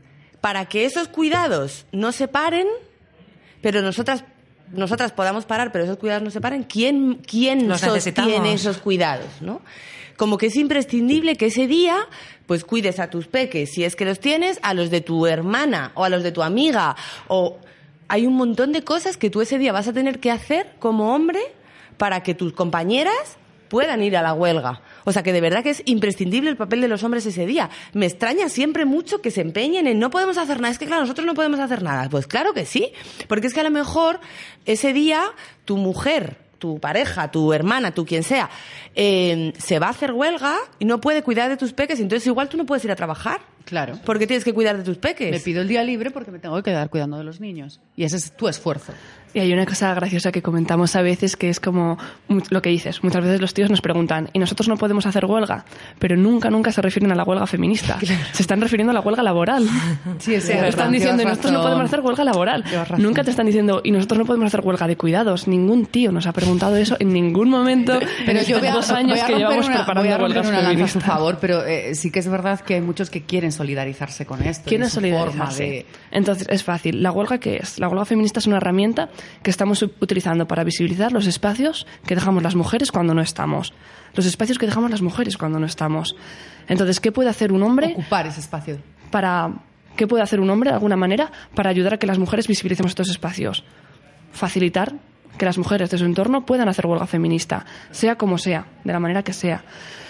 para que esos cuidados no se paren, pero nosotras nosotras podamos parar, pero esos cuidados no se paren, ¿quién, quién Los sostiene necesitamos. esos cuidados, ¿no? Como que es imprescindible que ese día pues cuides a tus peques, si es que los tienes, a los de tu hermana o a los de tu amiga. O hay un montón de cosas que tú ese día vas a tener que hacer como hombre para que tus compañeras puedan ir a la huelga. O sea, que de verdad que es imprescindible el papel de los hombres ese día. Me extraña siempre mucho que se empeñen en no podemos hacer nada. Es que, claro, nosotros no podemos hacer nada. Pues claro que sí, porque es que a lo mejor ese día tu mujer, tu pareja, tu hermana, tu quien sea, eh, se va a hacer huelga y no puede cuidar de tus peques, entonces igual tú no puedes ir a trabajar. Claro. Porque tienes que cuidar de tus peques. Me pido el día libre porque me tengo que quedar cuidando de los niños. Y ese es tu esfuerzo. Y hay una cosa graciosa que comentamos a veces que es como lo que dices. Muchas veces los tíos nos preguntan, ¿y nosotros no podemos hacer huelga? Pero nunca, nunca se refieren a la huelga feminista. Claro. Se están refiriendo a la huelga laboral. Sí, sí, te están diciendo, y nosotros no podemos hacer huelga laboral. Nunca te están diciendo, y nosotros no podemos hacer huelga de cuidados. Ningún tío nos ha preguntado eso en ningún momento. Pero yo voy a, dos años voy a que llevamos una, preparando voy a huelgas una feministas. lanza, por favor, pero eh, sí que es verdad que hay muchos que quieren solidarizarse con esto. Quieren solidarizarse. De... Entonces, es fácil. ¿La huelga qué es? La huelga feminista es una herramienta que estamos utilizando para visibilizar los espacios que dejamos las mujeres cuando no estamos. Los espacios que dejamos las mujeres cuando no estamos. Entonces, ¿qué puede hacer un hombre? Ocupar ese espacio. Para, ¿qué puede hacer un hombre, de alguna manera, para ayudar a que las mujeres visibilicemos estos espacios? Facilitar que las mujeres de su entorno puedan hacer huelga feminista, sea como sea, de la manera que sea.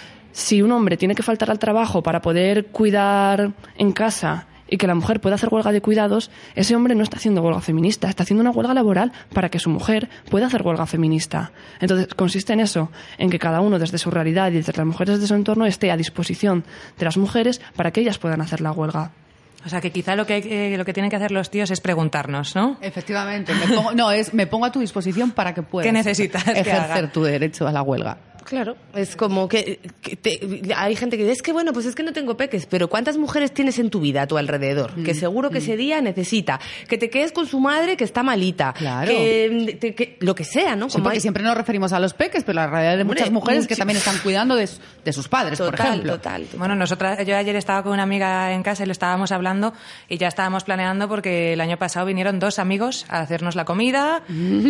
Si un hombre tiene que faltar al trabajo para poder cuidar en casa y que la mujer pueda hacer huelga de cuidados, ese hombre no está haciendo huelga feminista, está haciendo una huelga laboral para que su mujer pueda hacer huelga feminista. Entonces, consiste en eso, en que cada uno desde su realidad y desde las mujeres de su entorno esté a disposición de las mujeres para que ellas puedan hacer la huelga. O sea, que quizá lo que, eh, lo que tienen que hacer los tíos es preguntarnos, ¿no? Efectivamente. Me pongo, no, es me pongo a tu disposición para que puedas ¿Qué necesitas que ejercer haga? tu derecho a la huelga. Claro, es como que, que te, hay gente que dice, es que bueno, pues es que no tengo peques, pero ¿cuántas mujeres tienes en tu vida, a tu alrededor? Mm. Que seguro que mm. ese día necesita que te quedes con su madre que está malita, claro. que, te, que lo que sea, ¿no? Sí, como porque hay... siempre nos referimos a los peques, pero la realidad de muchas Hombre, mujeres mucho... que también están cuidando de, de sus padres, total, por ejemplo. Total, total. Bueno, nosotras, yo ayer estaba con una amiga en casa y lo estábamos hablando y ya estábamos planeando porque el año pasado vinieron dos amigos a hacernos la comida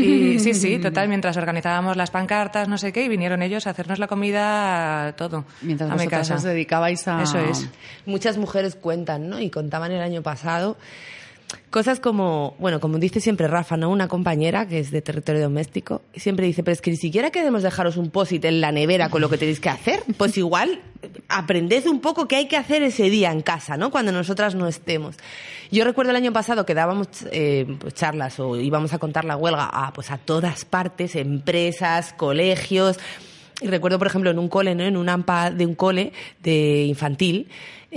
y sí, sí, total, mientras organizábamos las pancartas, no sé qué, y vinieron ellos a hacernos la comida todo. Mientras a mi vosotras casa. os dedicabais a... Eso es. Muchas mujeres cuentan, ¿no? Y contaban el año pasado cosas como, bueno, como dice siempre Rafa, ¿no? Una compañera que es de territorio doméstico, y siempre dice, pero es que ni siquiera queremos dejaros un post-it en la nevera con lo que tenéis que hacer. Pues igual, aprended un poco qué hay que hacer ese día en casa, ¿no? Cuando nosotras no estemos. Yo recuerdo el año pasado que dábamos eh, pues charlas o íbamos a contar la huelga a, pues a todas partes, empresas, colegios. Y recuerdo, por ejemplo, en un cole, ¿no? En un AMPA de un cole de infantil,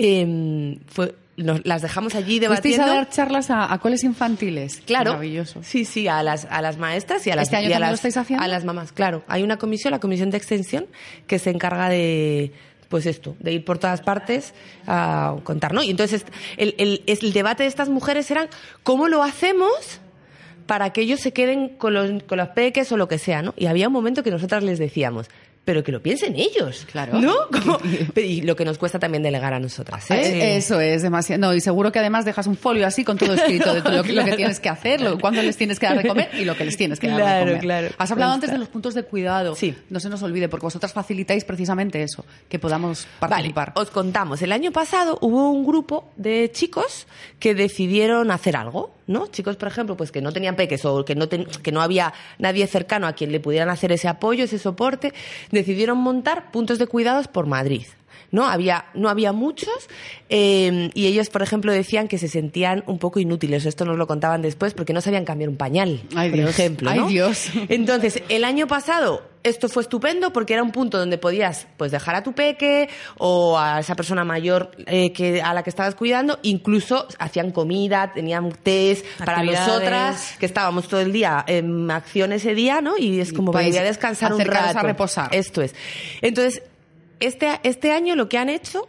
eh, fue, nos, las dejamos allí debatiendo. ¿Fuisteis a dar charlas a, a coles infantiles? Claro. Maravilloso. Sí, sí, a las, a las maestras y a las, ¿Este año y a también las, lo estáis haciendo? a las mamás. Claro, hay una comisión, la comisión de extensión, que se encarga de... pues esto, de ir por todas partes a contar, ¿no? Y entonces el, el, el debate de estas mujeres era cómo lo hacemos para que ellos se queden con los, con los peques o lo que sea, ¿no? Y había un momento que nosotras les decíamos, pero que lo piensen ellos, claro, ¿no? Como, y lo que nos cuesta también delegar a nosotras, ¿eh? Sí. Eso es demasiado. No, y seguro que además dejas un folio así con todo escrito de todo lo, que, claro. lo que tienes que hacer, lo, cuándo les tienes que dar de comer y lo que les tienes que dar claro, de comer. Claro, Has hablado antes de los puntos de cuidado. Sí. No se nos olvide, porque vosotras facilitáis precisamente eso, que podamos participar. Vale, os contamos. El año pasado hubo un grupo de chicos que decidieron hacer algo, ¿no? Chicos, por ejemplo, pues que no tenían peques o que no, ten, que no había nadie cercano a quien le pudieran hacer ese apoyo, ese soporte, decidieron montar puntos de cuidados por Madrid. ¿No? Había, no había muchos eh, y ellos, por ejemplo, decían que se sentían un poco inútiles. Esto nos lo contaban después porque no sabían cambiar un pañal, Ay, por Dios. ejemplo, ¿no? Ay, Dios. Entonces, el año pasado esto fue estupendo porque era un punto donde podías pues dejar a tu peque o a esa persona mayor eh, que a la que estabas cuidando, incluso hacían comida, tenían tés para nosotras que estábamos todo el día en acción ese día, ¿no? Y es como para ir a descansar un rato, a reposar. Esto es. Entonces, este este año lo que han hecho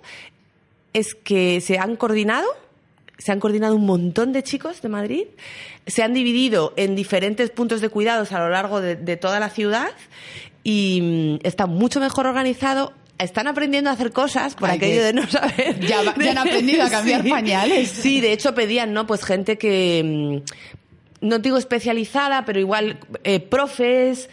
es que se han coordinado Se han coordinado un montón de chicos de Madrid, se han dividido en diferentes puntos de cuidados a lo largo de, de toda la ciudad y está mucho mejor organizado. están aprendiendo a hacer cosas por Ay, aquello que de no saber. Ya, ya han aprendido a cambiar Sí. pañales. Sí, de hecho pedían, ¿no? Pues gente que... no digo especializada, pero igual eh, profes,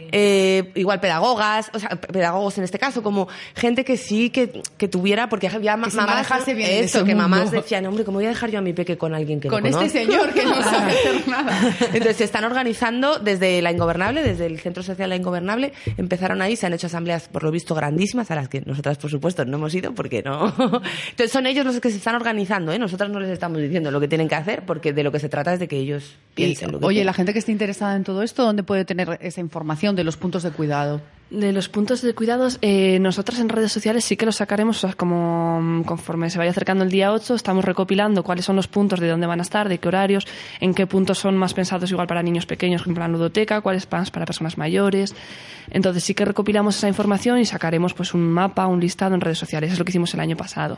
eh, igual pedagogas, o sea, pedagogos en este caso, como gente que sí que, que tuviera, porque había Que se mamás, manejase bien en eso, ese que mundo. mamás decían, hombre, ¿cómo voy a dejar yo a mi peque con alguien que Con no este conozco? señor que no sabe hacer nada. Entonces se están organizando desde La Ingobernable, desde el Centro Social La Ingobernable, empezaron ahí, se han hecho asambleas, por lo visto, grandísimas, a las que nosotras, por supuesto, no hemos ido, porque no. Entonces son ellos los que se están organizando, ¿eh? Nosotras no les estamos diciendo lo que tienen que hacer, porque de lo que se trata es de que ellos piensen Y, lo que oye, quieren. la gente que esté interesada en todo esto, ¿dónde puede tener esa información de los puntos de cuidado? De los puntos de cuidados, eh, nosotras en redes sociales sí que los sacaremos, o sea, como mm, conforme se vaya acercando el día ocho, estamos recopilando cuáles son los puntos, de dónde van a estar, de qué horarios, en qué puntos son más pensados igual para niños pequeños, como la ludoteca, cuáles más para personas mayores. Entonces sí que recopilamos esa información y sacaremos pues un mapa, un listado en redes sociales. Es lo que hicimos el año pasado.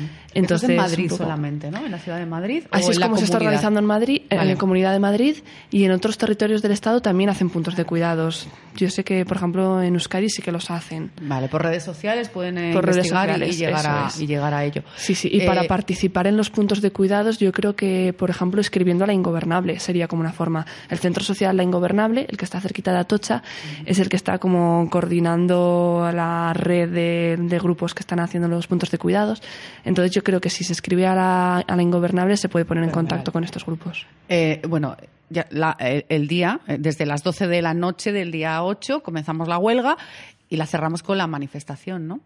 Esto Entonces, es en Madrid un poco- solamente, ¿no? En la ciudad de Madrid. Así ¿O es en la como se está comunidad? organizando en Madrid, en Vale. la Comunidad de Madrid, y en otros territorios del Estado también hacen puntos de cuidados. Yo sé que, por ejemplo, en Euskadi sí que los hacen. Vale, por redes sociales pueden eh, Por redes investigar y- sociales, y, llegar eso a, es. y llegar a ello. Sí, sí, y para Eh, participar en los puntos de cuidados, yo creo que, por ejemplo, escribiendo a La Ingobernable sería como una forma. El Centro Social La Ingobernable, el que está cerquita de Atocha, es el que está como coordinando la red de, de grupos que están haciendo los puntos de cuidados. Entonces yo creo que si se escribe a La, a la Ingobernable se puede poner en contacto con estos grupos. Eh, bueno, ya la- el, el día, eh, desde las doce de la noche del día ocho, comenzamos la huelga y la cerramos con la manifestación, ¿no?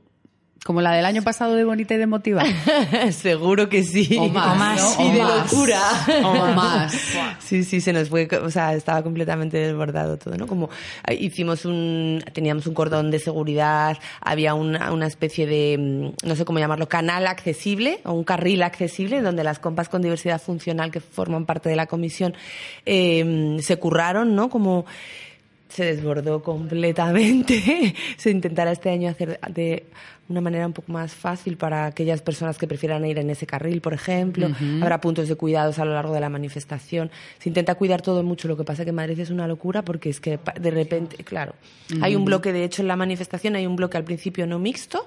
Como la del año pasado de Bonita y de Motiva. Seguro que sí. O más, O más. ¿no? Y O de más. locura. O más. Sí, sí, se nos fue, o sea, estaba completamente desbordado todo, ¿no? Como eh, hicimos un, teníamos un cordón de seguridad, había una, una especie de, mm, no sé cómo llamarlo, canal accesible, o un carril accesible, donde las compas con diversidad funcional que forman parte de la comisión eh, se curraron, ¿no? Como se desbordó completamente. Se intentará este año hacer de una manera un poco más fácil para aquellas personas que prefieran ir en ese carril, por ejemplo. Uh-huh. Habrá puntos de cuidados a lo largo de la manifestación. Se intenta cuidar todo mucho. Lo que pasa es que en Madrid es una locura porque es que de repente, claro, uh-huh. hay un bloque, de hecho, en la manifestación hay un bloque al principio no mixto.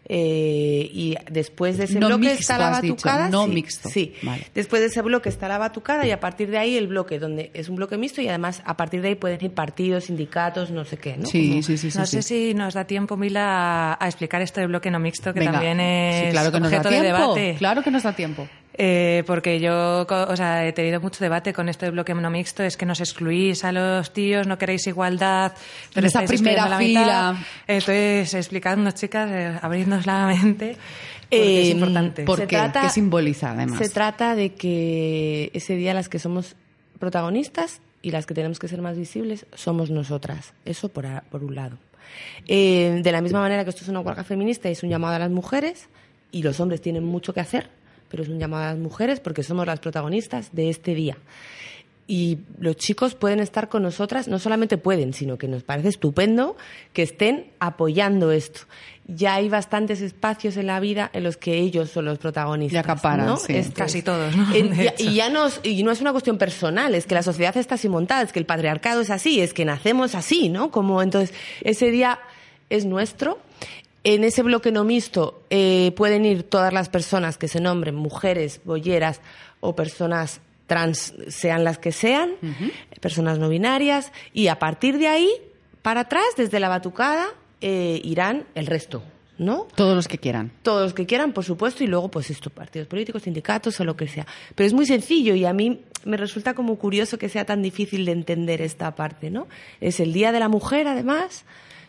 Eh, y después de ese no bloque mixto, está la batucada. Dicho, no sí, mixto. Sí. Vale. Después de ese bloque está la batucada y a partir de ahí el bloque donde es un bloque mixto y además a partir de ahí pueden ir partidos, sindicatos, no sé qué, ¿no? Sí, Como... sí, sí, sí. No sí. sé si nos da tiempo, Mila, a, a explicar esto del bloque no mixto, que Venga. también es sí, claro que nos objeto da de tiempo. debate. Claro que nos da tiempo. Eh, porque yo, o sea, he tenido mucho debate con esto del bloque no mixto, es que nos excluís a los tíos, no queréis igualdad, en esa primera la fila. Mitad. Entonces, explicadnos, chicas, eh, abrirnos la mente, porque eh, es importante. ¿Por qué? ¿Qué simboliza, además? Se trata de que ese día las que somos protagonistas y las que tenemos que ser más visibles somos nosotras. Eso por, a, por un lado. Eh, de la misma manera que esto es una huelga feminista y es un llamado a las mujeres, y los hombres tienen mucho que hacer, pero es un llamado a las mujeres porque somos las protagonistas de este día. Y los chicos pueden estar con nosotras, no solamente pueden, sino que nos parece estupendo que estén apoyando esto. Ya hay bastantes espacios en la vida en los que ellos son los protagonistas. Y acaparan, ¿no? sí. Este, Casi todos, ¿no? En, y, y ya no es, y no es una cuestión personal, es que la sociedad está así montada, es que el patriarcado es así, es que nacemos así, ¿no? Como entonces ese día es nuestro. En ese bloque no mixto eh, pueden ir todas las personas que se nombren mujeres, bolleras o personas trans, sean las que sean, uh-huh. personas no binarias, y a partir de ahí, para atrás, desde la batucada, eh, irán el resto, ¿no? Todos los que quieran. Todos los que quieran, por supuesto, y luego, pues esto, partidos políticos, sindicatos o lo que sea. Pero es muy sencillo y a mí me resulta como curioso que sea tan difícil de entender esta parte, ¿no? Es el Día de la Mujer, además.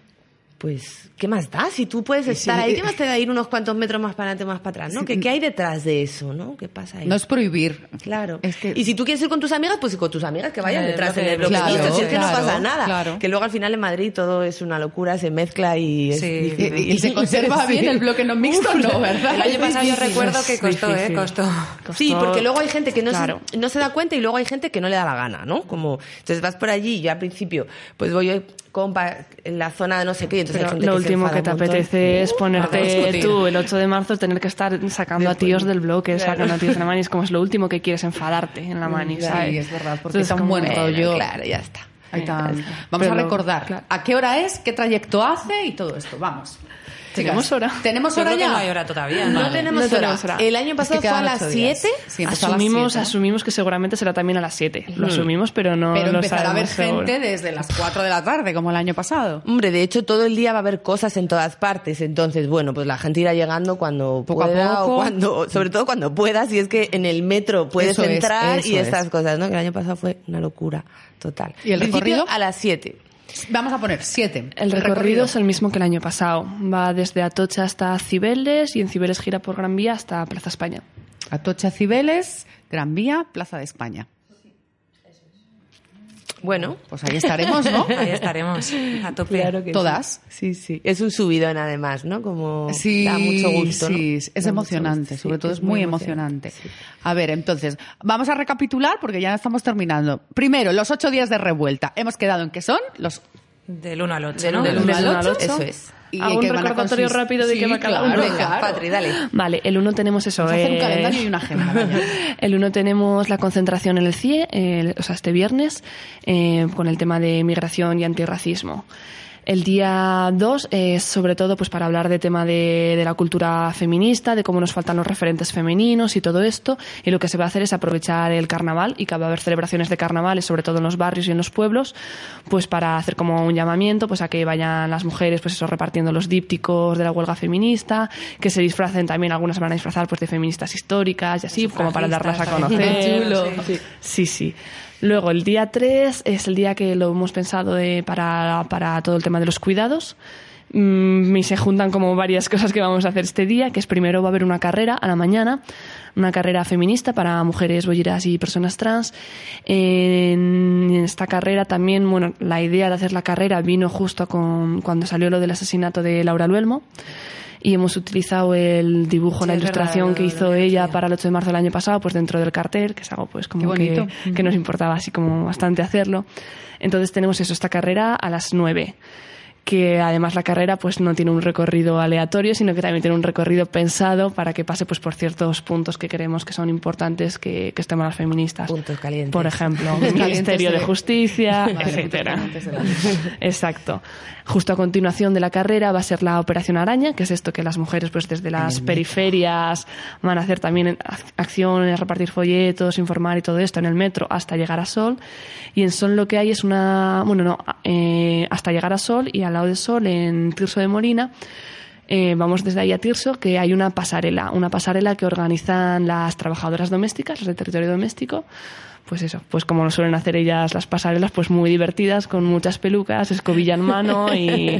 Pues, ¿qué más da? Si tú puedes estar sí, ahí, ¿qué más te da ir unos cuantos metros más para adelante, más para atrás? ¿No? Sí, ¿Qué, ¿Qué hay detrás de eso? ¿No? ¿Qué pasa ahí? No es prohibir. Claro. Es que... Y si tú quieres ir con tus amigas, pues con tus amigas que vayan eh, detrás en del bloque. Claro, claro, si es que claro, no pasa nada. Claro. Que luego al final en Madrid todo es una locura, se mezcla y es sí, difícil. Y, y se conserva bien el bloque no mixto, Uf, no, ¿verdad? El año pasado yo recuerdo que costó, difícil. ¿eh? Costó. costó. Sí, porque luego hay gente que no, claro. se, no se da cuenta y luego hay gente que no le da la gana, ¿no? Como, entonces vas por allí y yo al principio, pues voy compa en la zona de no sé qué, y entonces Pero hay gente lo que último se que te enfada un montón. apetece es ponerte Uh, tú el ocho de marzo tener que estar sacando a tíos del bloque, Claro. sacando a tíos de la mani, es como es lo último que quieres, enfadarte en la mani, Claro. ¿sabes? Sí, es verdad, porque Entonces, está un como, buen bueno, rollo. Claro, ya está. Ahí está. Ya está. Vamos Pero a lo- recordar claro. a qué hora es, qué trayecto hace y todo esto. Vamos. ¿Tenemos hora? ¿Tenemos Yo hora creo que ya? no hay hora todavía. No, ¿no? tenemos, No hora. tenemos hora. El año Es pasado que fue a quedan las ocho días. siete. Sí, empezó a las Asumimos, siete. asumimos que seguramente será también a las siete. Lo asumimos, pero no Pero lo empezará a haber sabemos seguro. gente desde las cuatro de la tarde, como el año pasado. Hombre, de hecho, todo el día va a haber cosas en todas partes. Entonces, bueno, pues la gente irá llegando cuando Poco a pueda poco. o cuando, sobre todo cuando puedas. Y es que en el metro puedes Eso es, entrar eso y estas es. cosas, ¿no? Que el año pasado fue una locura total. ¿Y el Principio recorrido? A las siete. Vamos a poner siete. El recorrido es el mismo que el año pasado. Va desde Atocha hasta Cibeles y en Cibeles gira por Gran Vía hasta Plaza España. Atocha, Cibeles, Gran Vía, Plaza de España. Bueno, Pues ahí estaremos, ¿no? Ahí estaremos, a tope. claro que Todas. Sí, sí. Es un subidón además, ¿no? Como Sí, da mucho gusto, ¿no? sí, es Da emocionante, mucho gusto. sobre Sí, todo es muy emocionante. Sí. A ver, entonces, vamos a recapitular porque ya estamos terminando. Primero, los ocho días de revuelta. Hemos quedado en que son los Del uno al ocho, Del ¿no? uno al del uno al uno al ocho. Eso es. ¿Y ¿Hago en un qué van a recordatorio consistir? rápido de Sí, qué va cada claro, uno? Venga, claro. Patri, dale. Vale, el uno tenemos eso. Vamos a hacer un eh, calendario y una agenda. vaya. El uno tenemos la concentración en el C I E, eh, o sea, este viernes, eh, con el tema de migración y antirracismo. El día dos es sobre todo pues para hablar de tema de, de la cultura feminista, de cómo nos faltan los referentes femeninos y todo esto. Y lo que se va a hacer es aprovechar el carnaval y que va a haber celebraciones de carnavales, sobre todo en los barrios y en los pueblos, pues para hacer como un llamamiento pues a que vayan las mujeres pues eso repartiendo los dípticos de la huelga feminista, que se disfracen también, algunas se van a disfrazar pues de feministas históricas y así, como para darlas a Sufragistas, conocer. chulo. Sí, sí. sí. Luego, el día tres es el día que lo hemos pensado de, para, para todo el tema de los cuidados. Mm, y se juntan como varias cosas que vamos a hacer este día, que es primero va a haber una carrera a la mañana, una carrera feminista para mujeres bolleras y personas trans. En esta carrera también, bueno, la idea de hacer la carrera vino justo con, cuando salió lo del asesinato de Laura Luelmo. Y hemos utilizado el dibujo, Sí, la es ilustración verdad, que lo- hizo lo ella decía. para el ocho de marzo del año pasado, pues dentro del cartel, que es algo pues como Qué que, bonito. que nos importaba así como bastante hacerlo. Entonces tenemos eso, esta carrera a las nueve, que además la carrera pues no tiene un recorrido aleatorio, sino que también tiene un recorrido pensado para que pase pues por ciertos puntos que creemos que son importantes que, que estemos las feministas. Puntos calientes. Por ejemplo, Calientes Ministerio de de- Justicia, Vale, etcétera. puntos calientes de la- Exacto. Justo a continuación de la carrera va a ser la Operación Araña, que es esto que las mujeres pues desde las periferias van a hacer también ac- acciones, repartir folletos, informar y todo esto en el metro hasta llegar a Sol. Y en Sol lo que hay es una, bueno, no, eh, hasta llegar a Sol y al lado de Sol en Tirso de Molina. Eh, vamos desde ahí a Tirso, que hay una pasarela, una pasarela que organizan las trabajadoras domésticas, las de territorio doméstico. Pues eso, pues como lo suelen hacer ellas las pasarelas, pues muy divertidas, con muchas pelucas, escobilla en mano y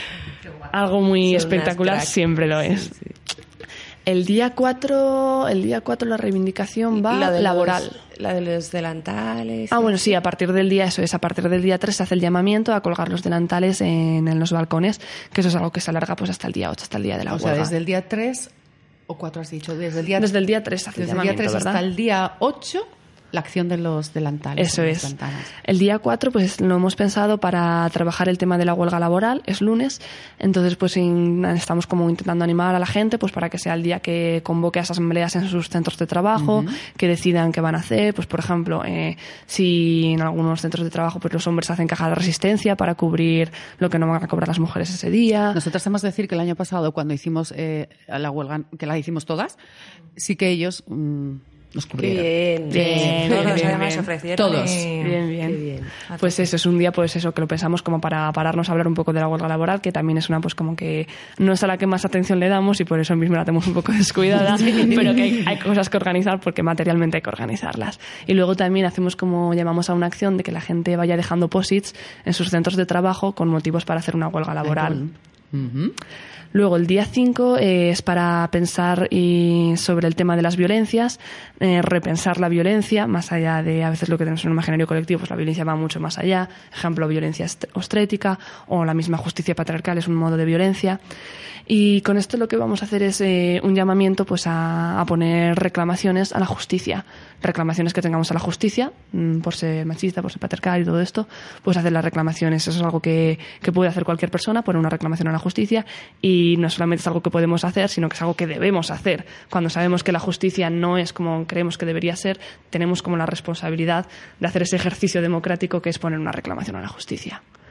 algo muy Son unas espectacular cracks. siempre lo es. Sí, sí. El día cuatro, el día cuatro la reivindicación va La de laboral. los- la de los delantales. Ah, bueno, sí, a partir del día, eso es, a partir del día tres se hace el llamamiento a colgar los delantales en, en los balcones, que eso es algo que se alarga pues hasta el día ocho, hasta el día de la O sea, huelga. desde el día tres o cuatro has dicho, desde el día, Desde el día tres se hace el desde el día llamamiento, tres ¿verdad? hasta el día ocho, la acción de los delantales. Eso de las es. ventanas. El día cuatro pues lo hemos pensado para trabajar el tema de la huelga laboral, es lunes, entonces pues in- estamos como intentando animar a la gente pues para que sea el día que convoque a esas asambleas en sus centros de trabajo, que decidan qué van a hacer, pues por ejemplo, eh, si en algunos centros de trabajo pues los hombres hacen caja de resistencia para cubrir lo que no van a cobrar las mujeres ese día. Nosotros hemos de decir que el año pasado, cuando hicimos eh, la huelga, que la hicimos todas, sí que ellos mm, nos Qué cubrieron. bien. Bien, Todos bien, bien, además bien. se ofrecieron. Todos. y- Bien, bien. Qué bien. Pues eso, es un día pues eso que lo pensamos como para pararnos a hablar un poco de la huelga laboral, que también es una pues como que no es a la que más atención le damos y por eso mismo la tenemos un poco descuidada, pero que hay, hay cosas que organizar porque materialmente hay que organizarlas. Y luego también hacemos como llamamos a una acción de que la gente vaya dejando posits en sus centros de trabajo con motivos para hacer una huelga laboral. Ujú. Luego, el día cinco eh, es para pensar y sobre el tema de las violencias, eh, repensar la violencia, más allá de a veces lo que tenemos en un imaginario colectivo, pues la violencia va mucho más allá. Ejemplo, violencia est- obstétrica o la misma justicia patriarcal es un modo de violencia. Y con esto lo que vamos a hacer es eh, un llamamiento pues a, a poner reclamaciones a la justicia. Reclamaciones que tengamos a la justicia, mm, por ser machista, por ser patriarcal y todo esto, pues hacer las reclamaciones. Eso es algo que, que puede hacer cualquier persona, poner una reclamación a la justicia. Y no solamente es algo que podemos hacer, sino que es algo que debemos hacer. Cuando sabemos que la justicia no es como creemos que debería ser, tenemos como la responsabilidad de hacer ese ejercicio democrático que es poner una reclamación a la justicia.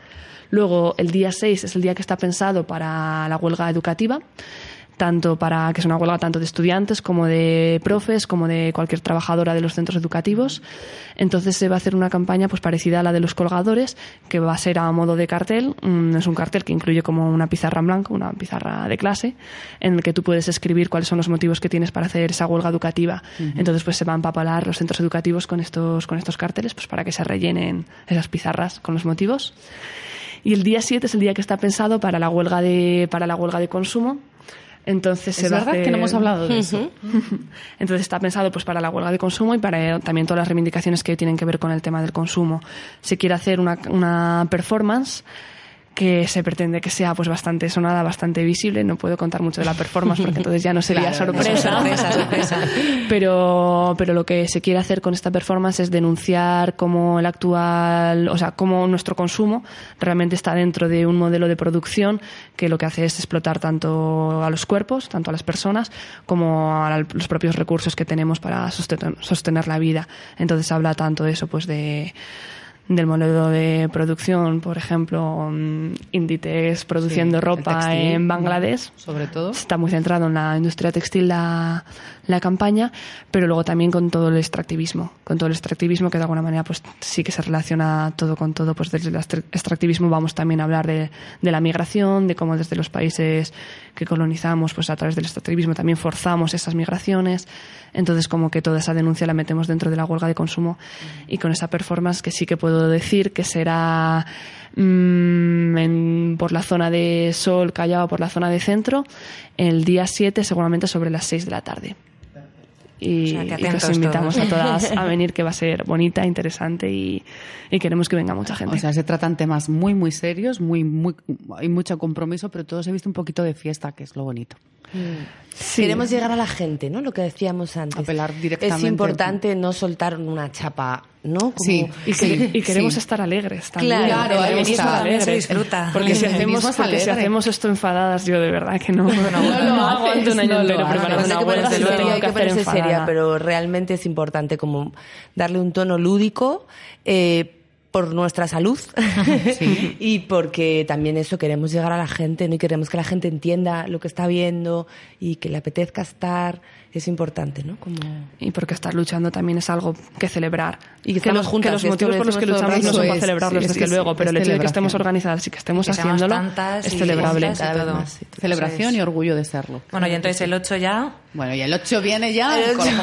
Luego, el día seis es el día que está pensado para la huelga educativa, tanto para que es una huelga tanto de estudiantes como de profes, como de cualquier trabajadora de los centros educativos. Entonces se va a hacer una campaña pues parecida a la de los colgadores, que va a ser a modo de cartel. Es un cartel que incluye como una pizarra en blanco, una pizarra de clase, en el que tú puedes escribir cuáles son los motivos que tienes para hacer esa huelga educativa. Uh-huh. Entonces pues se van a empapalar los centros educativos con estos, con estos carteles pues para que se rellenen esas pizarras con los motivos. Y el día siete es el día que está pensado para la huelga de, para la huelga de consumo. Entonces es se va verdad a hacer... que no hemos hablado de eso. Entonces está pensado pues para la huelga de consumo y para también todas las reivindicaciones que tienen que ver con el tema del consumo. Se quiere hacer una, una performance que se pretende que sea pues bastante sonada, bastante visible. No puedo contar mucho de la performance porque entonces ya no sería claro, sorpresa. No, sorpresa, sorpresa. Pero, pero lo que se quiere hacer con esta performance es denunciar cómo el actual, o sea, cómo nuestro consumo realmente está dentro de un modelo de producción que lo que hace es explotar tanto a los cuerpos, tanto a las personas, como a los propios recursos que tenemos para sostener, sostener la vida. Entonces habla tanto de eso, pues de del modelo de producción, por ejemplo, Inditex produciendo sí, ropa textil, en Bangladesh, sobre todo. Está muy centrado en la industria textil la, la campaña, pero luego también con todo el extractivismo, con todo el extractivismo que de alguna manera pues sí que se relaciona todo con todo, pues desde el extractivismo vamos también a hablar de, de la migración, de cómo desde los países que colonizamos, pues a través del extractivismo también forzamos esas migraciones. Entonces como que toda esa denuncia la metemos dentro de la huelga de consumo y con esa performance que sí que puedo decir que será mmm, en, por la zona de Sol, Callao, por la zona de Centro, el día siete seguramente sobre las seis de la tarde. Y, o sea, y que os invitamos todos. a todas a venir, que va a ser bonita, interesante y, y queremos que venga mucha gente. O sea, se tratan temas muy, muy serios, muy, muy, hay mucho compromiso, pero todo se viste un poquito de fiesta, que es lo bonito. Sí. Queremos llegar a la gente, ¿no? Lo que decíamos antes. Apelar directamente. Es importante no soltar una chapa, ¿no? Como... Sí, y, que, y queremos sí. estar alegres también. Claro, el mismo también se disfruta. Porque, si hacemos, porque si hacemos esto enfadadas, yo de verdad que no, no, no, no, no no aguanto un año no entero preparando una huelga. Hay que ponerse, hay que ponerse enfadada. seria, pero realmente es importante como darle un tono lúdico, eh, por nuestra salud sí. y porque también eso queremos llegar a la gente, ¿no? Y queremos que la gente entienda lo que está viendo y que le apetezca estar. Es importante, ¿no? Como... Y porque estar luchando también es algo que celebrar. Y que, que, los, juntas, que los motivos por los que luchamos no son para celebrarlos, sí, desde sí, luego, sí, pero el hecho de que estemos organizadas y que estemos que haciéndolo es celebrable. Más, sí, Celebración y orgullo de serlo. Bueno, y entonces el ocho ya... Bueno, y el ocho viene ya el ocho,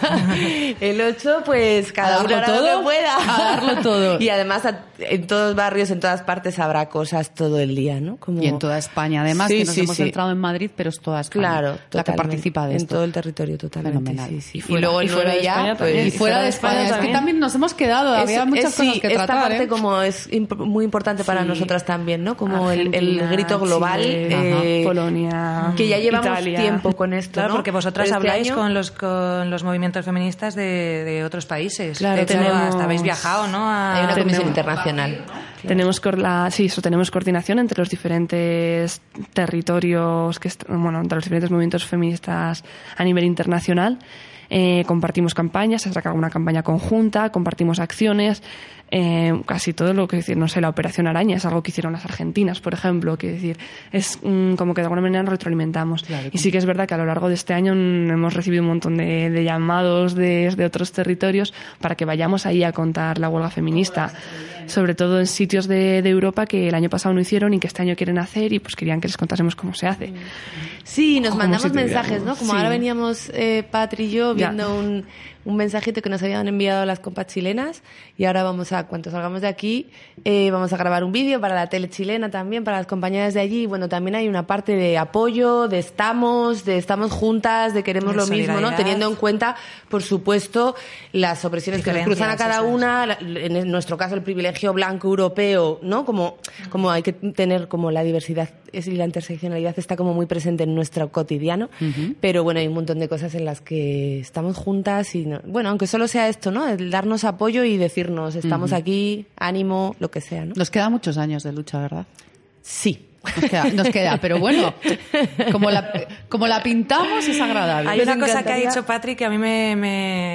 el ocho pues cada uno hará todo, lo que pueda. A darlo todo. Y además en todos los barrios, en todas partes habrá cosas todo el día, ¿no? Como... Y en toda España, además, sí, que nos sí, hemos sí. centrado en Madrid, pero es toda España claro, la totalmente. que participa de en esto. todo el territorio, totalmente. Fenomenal. Sí, sí. Y, fuera, y luego y fuera de ya, España pues, también. Y fuera de España, España también. Es que también nos hemos quedado, había es, muchas es, cosas sí, que esta tratar. parte ¿eh? como es imp- muy importante para sí. nosotras también, ¿no? Como Argentina, el, el grito global. Chile, eh, Polonia, que ya llevamos Italia. tiempo con esto, Claro, ¿no? porque vosotras este habláis año... con los con los movimientos feministas de, de otros países. Claro, de hecho, tenemos... hasta habéis viajado, ¿no? A... Hay una comisión tenemos... internacional. Claro. Tenemos, la, sí, eso, tenemos coordinación entre los diferentes territorios, que est- bueno, entre los diferentes movimientos feministas a nivel internacional. Eh, compartimos campañas, se saca una campaña conjunta, compartimos acciones, eh, casi todo lo que decir, no sé, la Operación Araña es algo que hicieron las argentinas, por ejemplo, que decir, es mm, como que de alguna manera nos retroalimentamos. Claro, y sí que es verdad que a lo largo de este año mm, hemos recibido un montón de, de llamados de, de otros territorios para que vayamos ahí a contar la huelga feminista, sobre todo en sitios de, de Europa que el año pasado no hicieron y que este año quieren hacer y pues querían que les contásemos cómo se hace. Sí, nos mandamos si mensajes, ¿no? Como sí. ahora veníamos eh, Patri y yo viendo un, un mensajito que nos habían enviado las compas chilenas y ahora vamos a, cuando salgamos de aquí, eh, vamos a grabar un vídeo para la tele chilena también, para las compañeras de allí. Y bueno, también hay una parte de apoyo, de estamos, de estamos juntas, de queremos de lo mismo, ¿no? Teniendo en cuenta, por supuesto, las opresiones que nos cruzan a cada una, la, en nuestro caso el privilegio blanco europeo, ¿no? Como, como hay que tener como la diversidad y la interseccionalidad está como muy presente en nuestro cotidiano, uh-huh. Pero bueno, hay un montón de cosas en las que estamos juntas y, no, bueno, aunque solo sea esto, ¿no? El darnos apoyo y decirnos, estamos uh-huh. aquí, ánimo, lo que sea, ¿no? Nos quedan muchos años de lucha, ¿verdad? Sí. Nos queda, nos queda, pero bueno, como la, como la pintamos es agradable. Hay una cosa que ha dicho Patri que a mí me, me,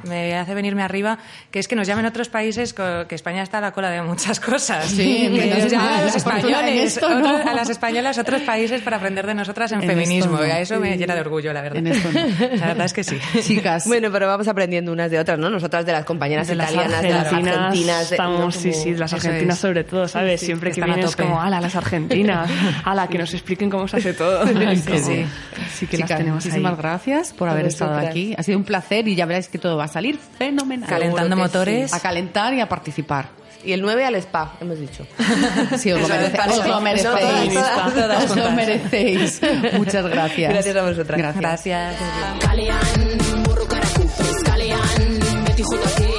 me hace venirme arriba, que es que nos llamen otros países, que España está a la cola de muchas cosas. Sí, que nos llaman a los en españoles, esto no. otros, a las españolas otros países para aprender de nosotras en, En feminismo. esto no. Y a eso me llena de orgullo, la verdad. En esto no. La verdad es que sí. Chicas, Bueno, pero vamos aprendiendo unas de otras, ¿no? Nosotras de las compañeras De las italianas, de las argentinas, argentinas. De, estamos, ¿no? sí, Como- sí, de las Eso argentinas es. sobre todo, ¿sabes? Sí, Siempre que están a vienes tope. como, ala, las argentinas, ala, que nos expliquen cómo se hace todo. Es sí, como- sí. sí que Chicas, las tenemos muchísimas ahí. gracias por A haber estado vosotras. aquí. Ha sido un placer y ya veréis que todo va a salir fenomenal. Calentando que motores. A calentar y a participar. Y el nueve al spa, hemos dicho. Sí, os lo, Eso, merece- para- os lo merecéis. todas, todas, todas Os lo juntas. merecéis. Muchas gracias. Gracias a vosotras. Gracias. Gracias. Kalian, burro karaku, Kalian, beti jutatik